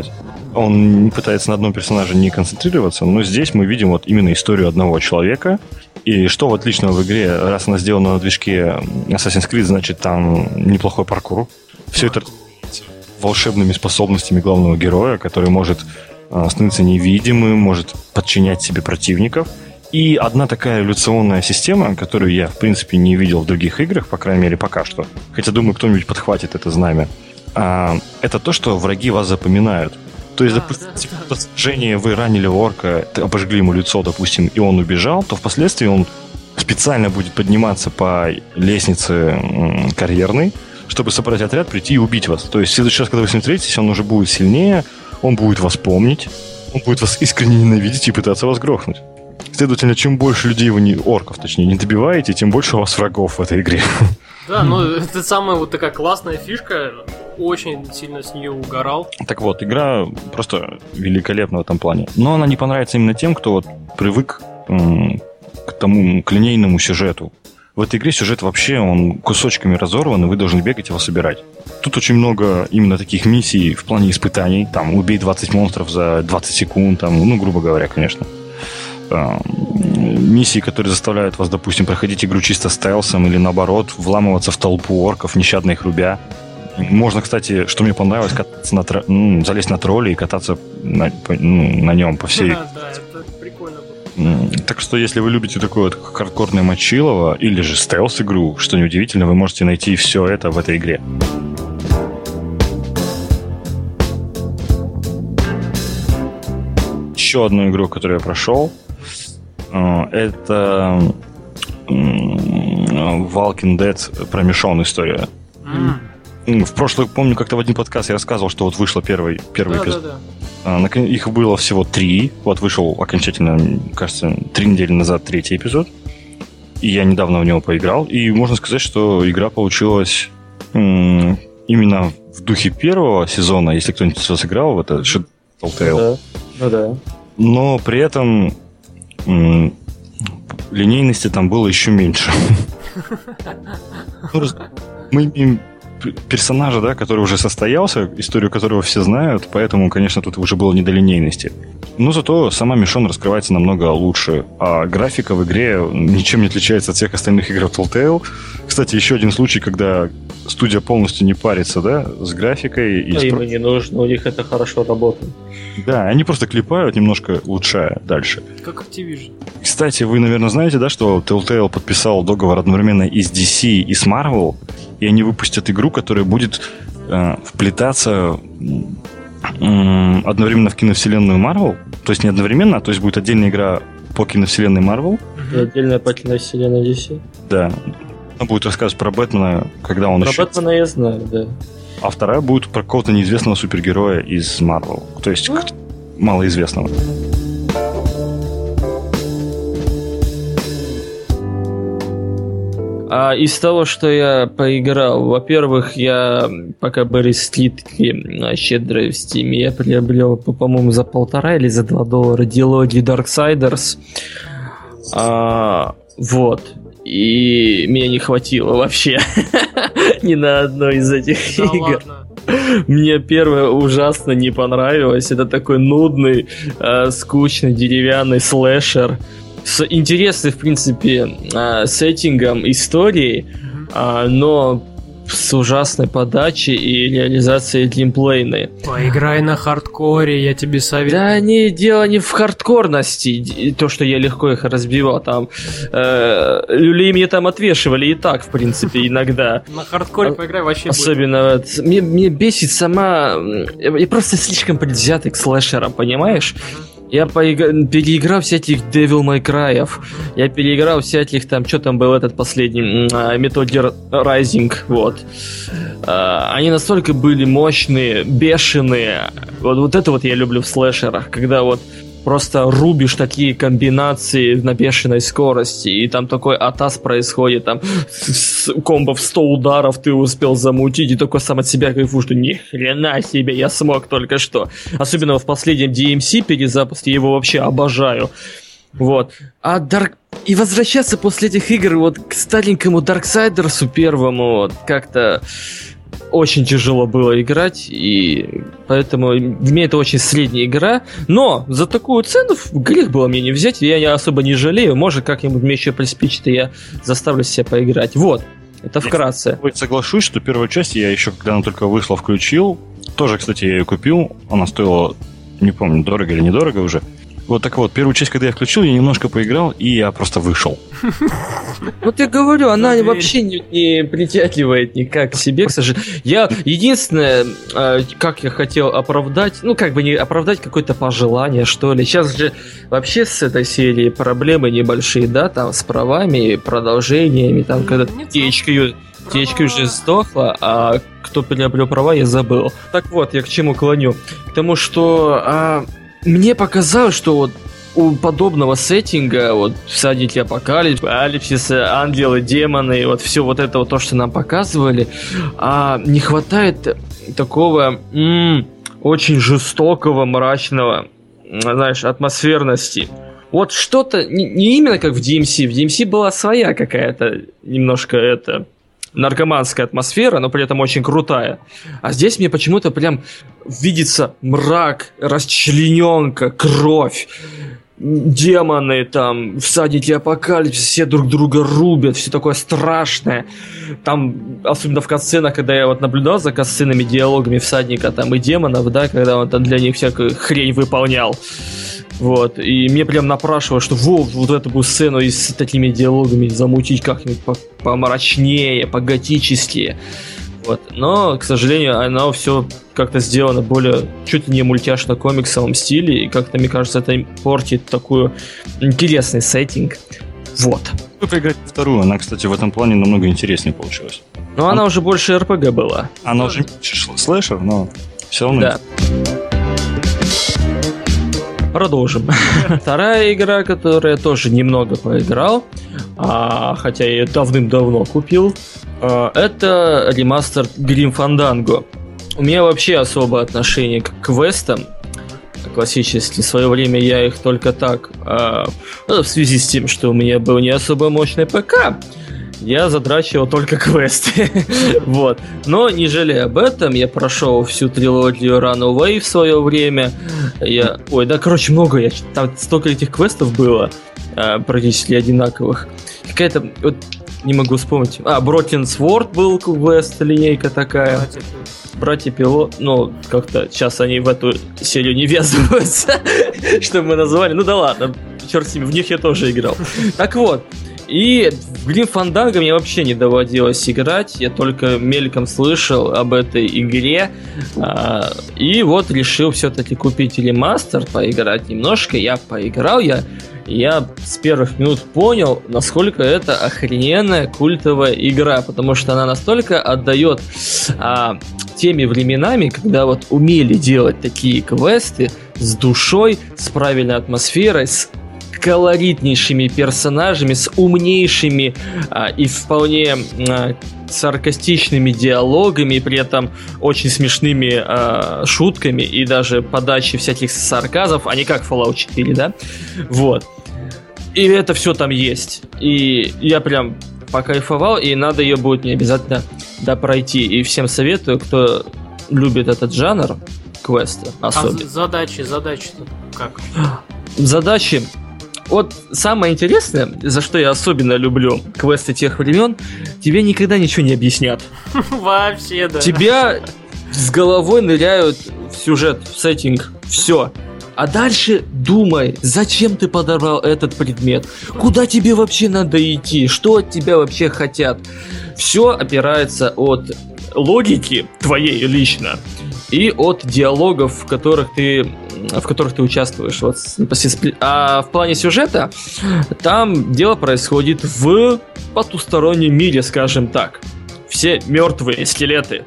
Он не пытается на одном персонаже не концентрироваться, но здесь мы видим вот именно историю одного человека. И что вот отличного в игре, раз она сделана на движке Assassin's Creed, значит, там неплохой паркур. Все это волшебными способностями главного героя, который может становиться невидимым, может подчинять себе противников. И одна такая эволюционная система, которую я, в принципе, не видел в других играх, по крайней мере, пока что. Хотя, думаю, кто-нибудь подхватит это знамя. Это то, что враги вас запоминают. То есть, допустим, в сражении вы ранили орка, обожгли ему лицо, допустим, и он убежал, то впоследствии он специально будет подниматься по лестнице карьерной, чтобы собрать отряд, прийти и убить вас. То есть, в следующий раз, когда вы с ним встретитесь, он уже будет сильнее, он будет вас помнить, он будет вас искренне ненавидеть и пытаться вас грохнуть. Следовательно, чем больше людей вы не, орков, точнее, не добиваете, тем больше у вас врагов в этой игре. Да, ну это самая вот такая классная фишка, очень сильно с нее угорал. Так вот, игра просто великолепна в этом плане. Но она не понравится именно тем, кто вот привык м- к тому, к линейному сюжету. В этой игре сюжет вообще, он кусочками разорван, и вы должны бегать его собирать. Тут очень много именно таких миссий в плане испытаний. Там, убей двадцать монстров за двадцать секунд, там, ну, грубо говоря, конечно. Миссии, которые заставляют вас, допустим, проходить игру чисто стелсом или, наоборот, вламываться в толпу орков, нещадно их рубя. Можно, кстати, что мне понравилось, кататься на тро... ну, залезть на тролле и кататься на, ну, на нем по всей... Да, да, это прикольно было. Так что, если вы любите такое вот хардкорное мочилово или же стелс-игру, что неудивительно, вы можете найти все это в этой игре. Еще одну игру, которую я прошел, это Walking Dead про Michonne история. Mm. В прошлый, помню, как-то в один подкаст я рассказывал, что вот вышло первый, первый да, эпизод. Да, да. Их было всего три. Вот вышел окончательно, кажется, три недели назад третий эпизод. И я недавно в него поиграл. И можно сказать, что игра получилась м- именно в духе первого сезона, если кто-нибудь из вас играл в это, что Telltale. Да. Ну да. Но при этом м- линейности там было еще меньше. Мы имеем персонажа, да, который уже состоялся, историю которого все знают, поэтому, конечно, тут уже было не до линейности. Но зато сама Michonne раскрывается намного лучше, а графика в игре ничем не отличается от всех остальных игр Telltale. Кстати, еще один случай, когда студия полностью не парится, да, с графикой. И да, с... им не нужно, у них это хорошо работает. Да, они просто клепают, немножко улучшая дальше. Как Activision. Кстати, вы, наверное, знаете, да, что Telltale подписал договор одновременно и с ди си, и с Marvel, и они выпустят игру, которая будет э, вплетаться э, одновременно в киновселенную Marvel, то есть не одновременно, а то есть будет отдельная игра по киновселенной Marvel. И отдельная по киновселенной ди си. Да. Она будет рассказывать про Бэтмена, когда он про еще... Про Бэтмена я знаю, да. А вторая будет про какого-то неизвестного супергероя из Marvel, то есть mm. малоизвестного. А из того, что я поиграл, во-первых, я пока были скидки щедрые в Стиме, я приобрел, по-моему, за полтора или за два доллара диалоги Darksiders. А, вот. И меня не хватило вообще ни на одной из этих игр. Мне первое ужасно не понравилось. Это такой нудный, скучный, деревянный слэшер с интересным, в принципе, сеттингом истории, но с ужасной подачей и реализацией геймплейной. Поиграй на хардкоре, я тебе советую. Да, не, дело не в хардкорности, то, что я легко их разбивал, там, э, люлей мне там отвешивали и так, в принципе, иногда. На хардкоре поиграй вообще будет. Особенно, мне, мне бесит сама, я просто слишком предвзятый к слэшерам, понимаешь? Я поигра... переиграл всяких Devil May Cry'ов, я переиграл всяких там, что там был этот последний, Metal Gear Rising, вот. Они настолько были мощные, бешеные, вот, вот это вот я люблю в слэшерах, когда вот просто рубишь такие комбинации на бешеной скорости, и там такой атас происходит, там с, комбо в сто ударов ты успел замутить, и такой сам от себя кайфу, что ни хрена себе, я смог только что. Особенно в последнем ди эм си перезапуске, я его вообще обожаю. Вот. А Dark... И возвращаться после этих игр вот к старенькому Darksiders первому вот, как-то... очень тяжело было играть, и поэтому для меня это очень средняя игра. Но за такую цену грех было мне не взять, я особо не жалею. Может, как-нибудь мне еще приспичит, и я заставлю себя поиграть. Вот, это вкратце. Я соглашусь, что первую часть я еще, когда она только вышла, включил. Тоже, кстати, я ее купил. Она стоила, не помню, дорого или недорого уже. Вот так вот, первую часть, когда я включил, я немножко поиграл, и я просто вышел. Вот я говорю, она вообще не, не притягивает никак к себе, к сожалению. Я единственное, как я хотел оправдать, ну как бы не оправдать какое-то пожелание, что ли. Сейчас же вообще с этой серией проблемы небольшие, да, там с правами, продолжениями, там когда ти эйч кью... ти эйч кью уже сдохла, а кто приобрел права, я забыл. Так вот, я к чему клоню? К тому, что а, мне показалось, что вот у подобного сеттинга, вот всадники апокалипсиса, ангелы, демоны, вот все вот это вот то, что нам показывали, а, не хватает такого м- очень жестокого, мрачного, знаешь, атмосферности. Вот что-то, не, не именно как в ди эм си, в ди эм си была своя какая-то немножко это... наркоманская атмосфера, но при этом очень крутая. А здесь мне почему-то прям видится мрак, расчлененка, кровь, демоны там, всадники апокалипсиса, все друг друга рубят, все такое страшное. Там, особенно в катсценах, когда я вот наблюдал за катсценами, диалогами всадника там и демонов, да, когда он там для них всякую хрень выполнял. Вот, и мне прям напрашивало, что во, вот эту бы сцену и с такими диалогами замутить как-нибудь помрачнее, поготические. Вот. Но, к сожалению, оно все как-то сделано более чуть ли не мультяшно-комиксовом стиле, и как-то, мне кажется, это портит такой интересный сеттинг. Вот. Вы поиграть в вторую, она, кстати, в этом плане намного интереснее получилась. Но она, она уже больше эр пи джи была. Она уже слэшер, но все равно... Да. Продолжим. Вторая игра, которую я тоже немного поиграл, а, хотя я ее давным-давно купил, а, это ремастер Grim Fandango. У меня вообще особое отношение к квестам классическим. В свое время я их только так, а, в связи с тем, что у меня был не особо мощный ПК, я задрачивал только квесты. Вот. Но не жалея об этом, я прошел всю трилогию Runaway в свое время. Я... Ой, да, короче, много. Я... Там столько этих квестов было, а, практически одинаковых. Какая-то... Вот, не могу вспомнить. А, Broken Sword был квест, линейка такая. Братья Пилот, ну, как-то сейчас они в эту серию не ввязываются, что мы называли. Ну да ладно, черт с ними, в них я тоже играл. Так вот, и в Grim Fandango мне вообще не доводилось играть, я только мельком слышал об этой игре, а, и вот решил все-таки купить ремастер, поиграть немножко. Я поиграл, я, я с первых минут понял, насколько это охрененная культовая игра, потому что она настолько отдает а, теми временами, когда вот умели делать такие квесты с душой, с правильной атмосферой, с колоритнейшими персонажами, с умнейшими а, и вполне а, саркастичными диалогами, и при этом очень смешными а, шутками и даже подачей всяких сарказмов, а не как Fallout четыре, да? Вот. И это все там есть. И я прям покайфовал, и надо ее будет мне обязательно допройти. И всем советую, кто любит этот жанр, квесты особенно. А задачи, задачи-то как? Задачи... Вот самое интересное, за что я особенно люблю квесты тех времен, тебе никогда ничего не объяснят. Вообще, да. Тебя с головой ныряют в сюжет, в сеттинг, все. А дальше думай, зачем ты подобрал этот предмет, куда тебе вообще надо идти, что от тебя вообще хотят. Все опирается от логики твоей лично и от диалогов, в которых ты, в которых ты участвуешь. Вот, а в плане сюжета там дело происходит в потустороннем мире, скажем так. Все мертвые скелеты.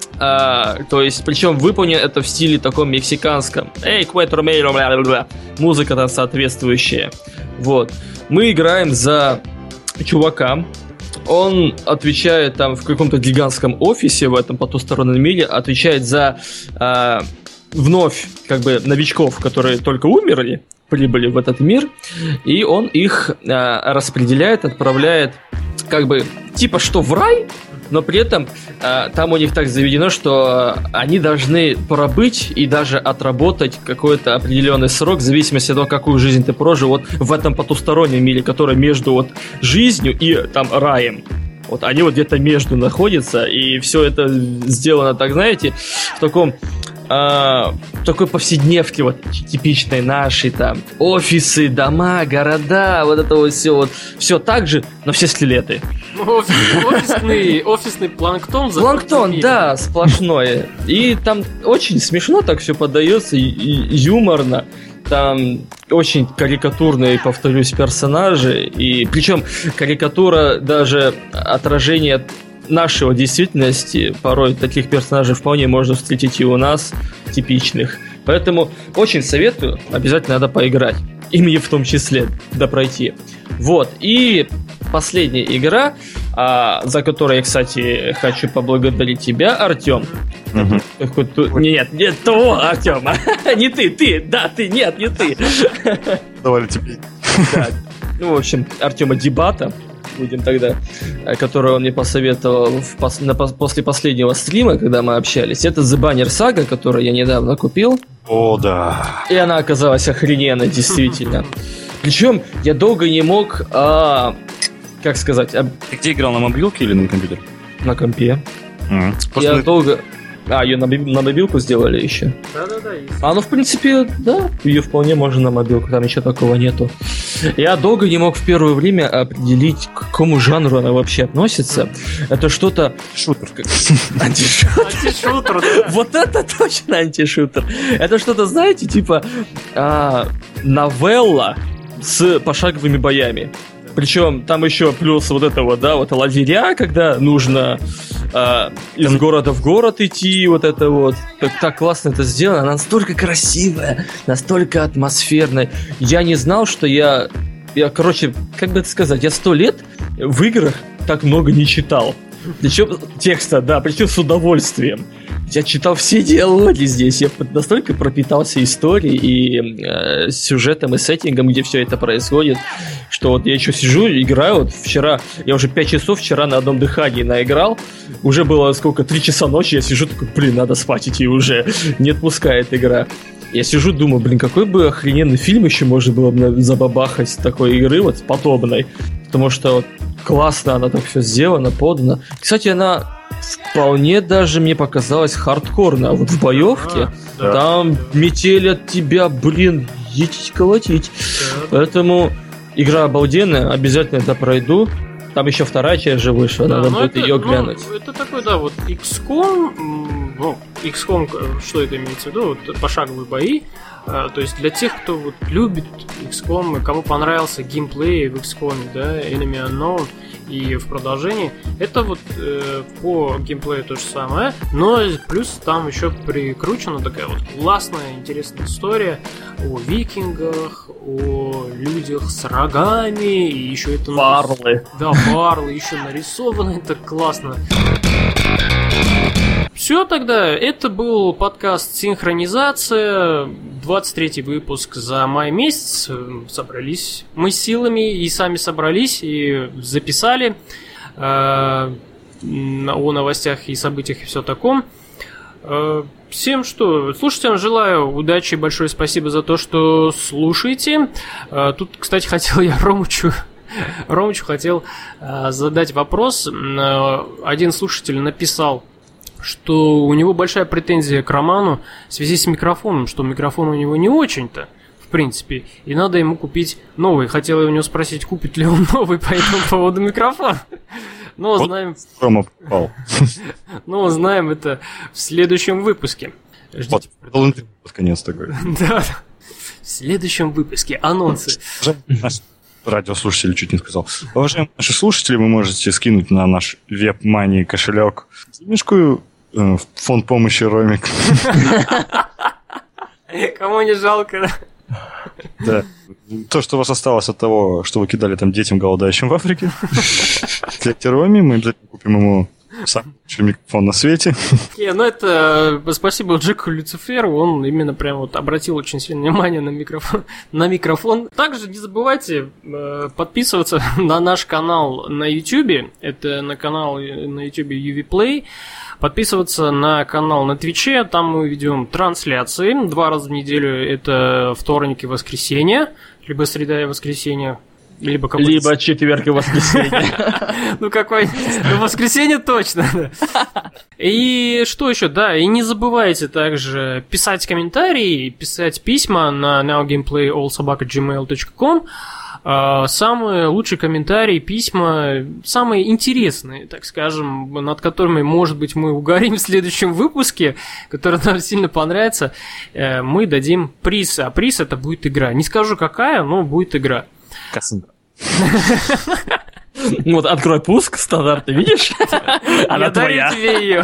А, то есть, причем выполнено это в стиле таком мексиканском. Эй, кватро мейро, бла-бла-бла. Музыка там соответствующая. Вот. Мы играем за чувака. Он отвечает там в каком-то гигантском офисе в этом потустороннем мире, отвечает за а, вновь как бы новичков, которые только умерли, прибыли в этот мир, и он их а, распределяет, отправляет как бы типа что в рай, но при этом э, там у них так заведено, что они должны пробыть и даже отработать какой-то определенный срок в зависимости от того, какую жизнь ты прожил вот в этом потустороннем мире, который между вот жизнью и там раем. Вот они вот где-то между находятся, и все это сделано, так знаете, в таком а, такой повседневке вот типичной нашей, там офисы, дома, города, вот это вот все вот все так же, но все скелеты. Офис, офисный, офисный планктон. Планктон, да, сплошное. И там очень смешно так все подается, и, и юморно. Там очень карикатурные, повторюсь, персонажи. И причем карикатура даже отражение нашей действительности. Порой таких персонажей вполне можно встретить и у нас, типичных. Поэтому очень советую, обязательно надо поиграть. Ими в том числе, да пройти. Вот, и последняя игра, а, за которую я, кстати, хочу поблагодарить тебя, Артем. Угу. Нет, нет, то, Артем. Не ты, ты, да, ты, нет, не ты. Давай тебе. Да. Ну, в общем, Артема Дебата будем тогда, которую он мне посоветовал в пос- на, после последнего стрима, когда мы общались. Это The Banner Saga, которую я недавно купил. О, да. И она оказалась охрененной, действительно. Причем я долго не мог, а, как сказать... А... Ты где играл, на мобилке или на компьютере? На компе. Mm. Я Просто... долго... А, ее на, на мобилку сделали еще? Да-да-да. Есть. А, ну, в принципе, да, ее вполне можно на мобилку, там еще такого нету. Я долго не мог в первое время определить, к какому жанру она вообще относится. Это что-то... Шутер. Антишутер. Антишутер, да. Вот это точно антишутер. Это что-то, знаете, типа а, новелла с пошаговыми боями. Причем там еще плюс вот это вот, да, вот лагеря, когда нужно э, из города в город идти, вот это вот. Так, так классно это сделано, она настолько красивая, настолько атмосферная. Я не знал, что я, я, короче, как бы это сказать, я сто лет в играх так много не читал. Причем текста, да, причем с удовольствием. Я читал все диалоги здесь, я настолько пропитался историей и э, сюжетом и сеттингом, где все это происходит, что вот я еще сижу, играю, вот вчера, я уже пять часов вчера на одном дыхании наиграл, уже было сколько, три часа ночи, я сижу такой, блин, надо спать идти уже, не отпускает игра. Я сижу, думаю, блин, какой бы охрененный фильм еще можно было бы забабахать с такой игры, вот подобной, потому что вот классно она так все сделана, подана. Кстати, она вполне даже мне показалась хардкорно, а вот в боевке а, да, там да. метель от тебя, блин, етить колотить. Да. Поэтому игра обалденная, обязательно это пройду. Там еще вторая часть же вышла, да, надо будет это, ее глянуть. Ну, это такой, да, вот икс ком, ну, икс ком, что это имеется в виду, вот пошаговые бои. То есть для тех, кто вот любит икс ком, кому понравился геймплей в икс ком, да, Enemy Unknown и в продолжении, это вот э, по геймплею то же самое, но плюс там еще прикручена такая вот классная, интересная история о викингах, о людях с рогами, и еще это... Варлы. Да, варлы, еще нарисовано, это классно. Все тогда, это был подкаст «Синхронизация», двадцать третий выпуск за май месяц. Собрались мы силами и сами собрались и записали э, о новостях и событиях и все таком. Э, всем что, слушателям желаю удачи, большое спасибо за то, что слушаете. Э, тут, кстати, хотел я Ромычу... Ромычу хотел э, задать вопрос. Э, один слушатель написал, что у него большая претензия к Роману в связи с микрофоном, что микрофон у него не очень-то, в принципе, и надо ему купить новый. Хотел я у него спросить, купит ли он новый по этому поводу микрофон. Но вот знаем... Рома попал. Но узнаем это в следующем выпуске. Ждите. Вот, конец такой. Да, в следующем выпуске анонсы. Радиослушатель чуть не сказал. Уважаемые наши слушатели, вы можете скинуть на наш WebMoney кошелек денежку э, в фонд помощи Роме. Кому не жалко, да? Да. То, что у вас осталось от того, что вы кидали там детям, голодающим в Африке, для Роме, мы обязательно купим ему Самый лучший микрофон на свете. Не, ну это спасибо Джеку Люциферу, он именно прям вот обратил очень сильное внимание на микрофон. На микрофон. Также не забывайте э, подписываться на наш канал на YouTube, это на канал на YouTube UVPlay, подписываться на канал на Твиче, там мы ведем трансляции два раза в неделю, это вторник и воскресенье, либо среда и воскресенье. Либо, Либо четверг и воскресенье. Ну, какой... Ну, воскресенье точно. И что еще? Да, и не забывайте также писать комментарии, писать письма на nowgameplay all собака gmail точка com. Самые лучшие комментарии, письма, самые интересные, так скажем, над которыми, может быть, мы угорим в следующем выпуске, который нам сильно понравится, мы дадим приз. А приз это будет игра. Не скажу какая, но будет игра. Вот, открой пуск, стандарт, ты видишь? Она твоя. Я дарю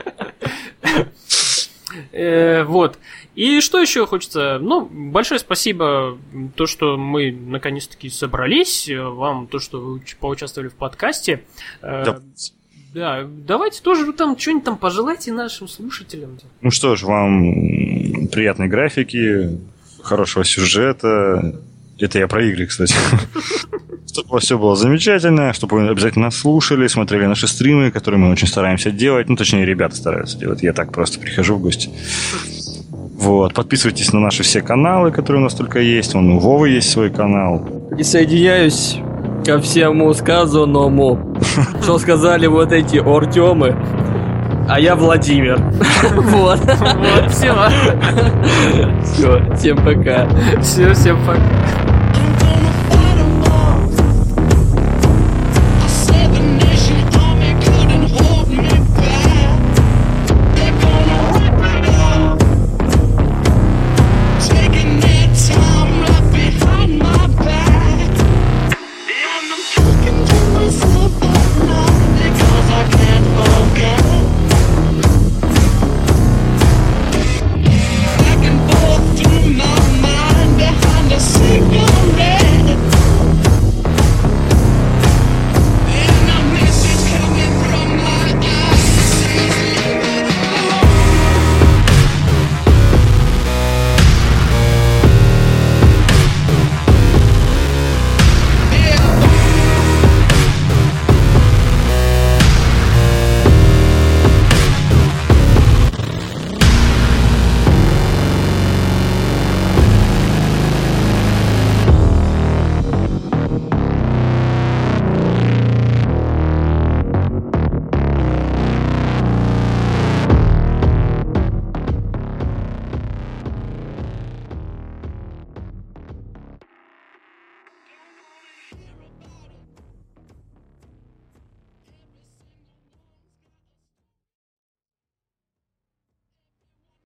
тебе ее. Вот. И что еще хочется? Ну, большое спасибо, то, что мы наконец-таки собрались, вам то, что вы поучаствовали в подкасте. Да. Да, давайте тоже там что-нибудь там пожелайте нашим слушателям. Ну что ж, вам приятной графики, хорошего сюжета. Это я про игры, кстати. Чтобы у вас все было замечательно, чтобы вы обязательно нас слушали, смотрели наши стримы, которые мы очень стараемся делать. Ну, точнее, ребята стараются делать. Я так просто прихожу в гости. Вот. Подписывайтесь на наши все каналы, которые у нас только есть. Вон у Вовы есть свой канал. Присоединяюсь ко всему сказанному, что сказали вот эти Артемы. А я Владимир. Вот. Вот, все. Все, всем пока. Все, всем пока.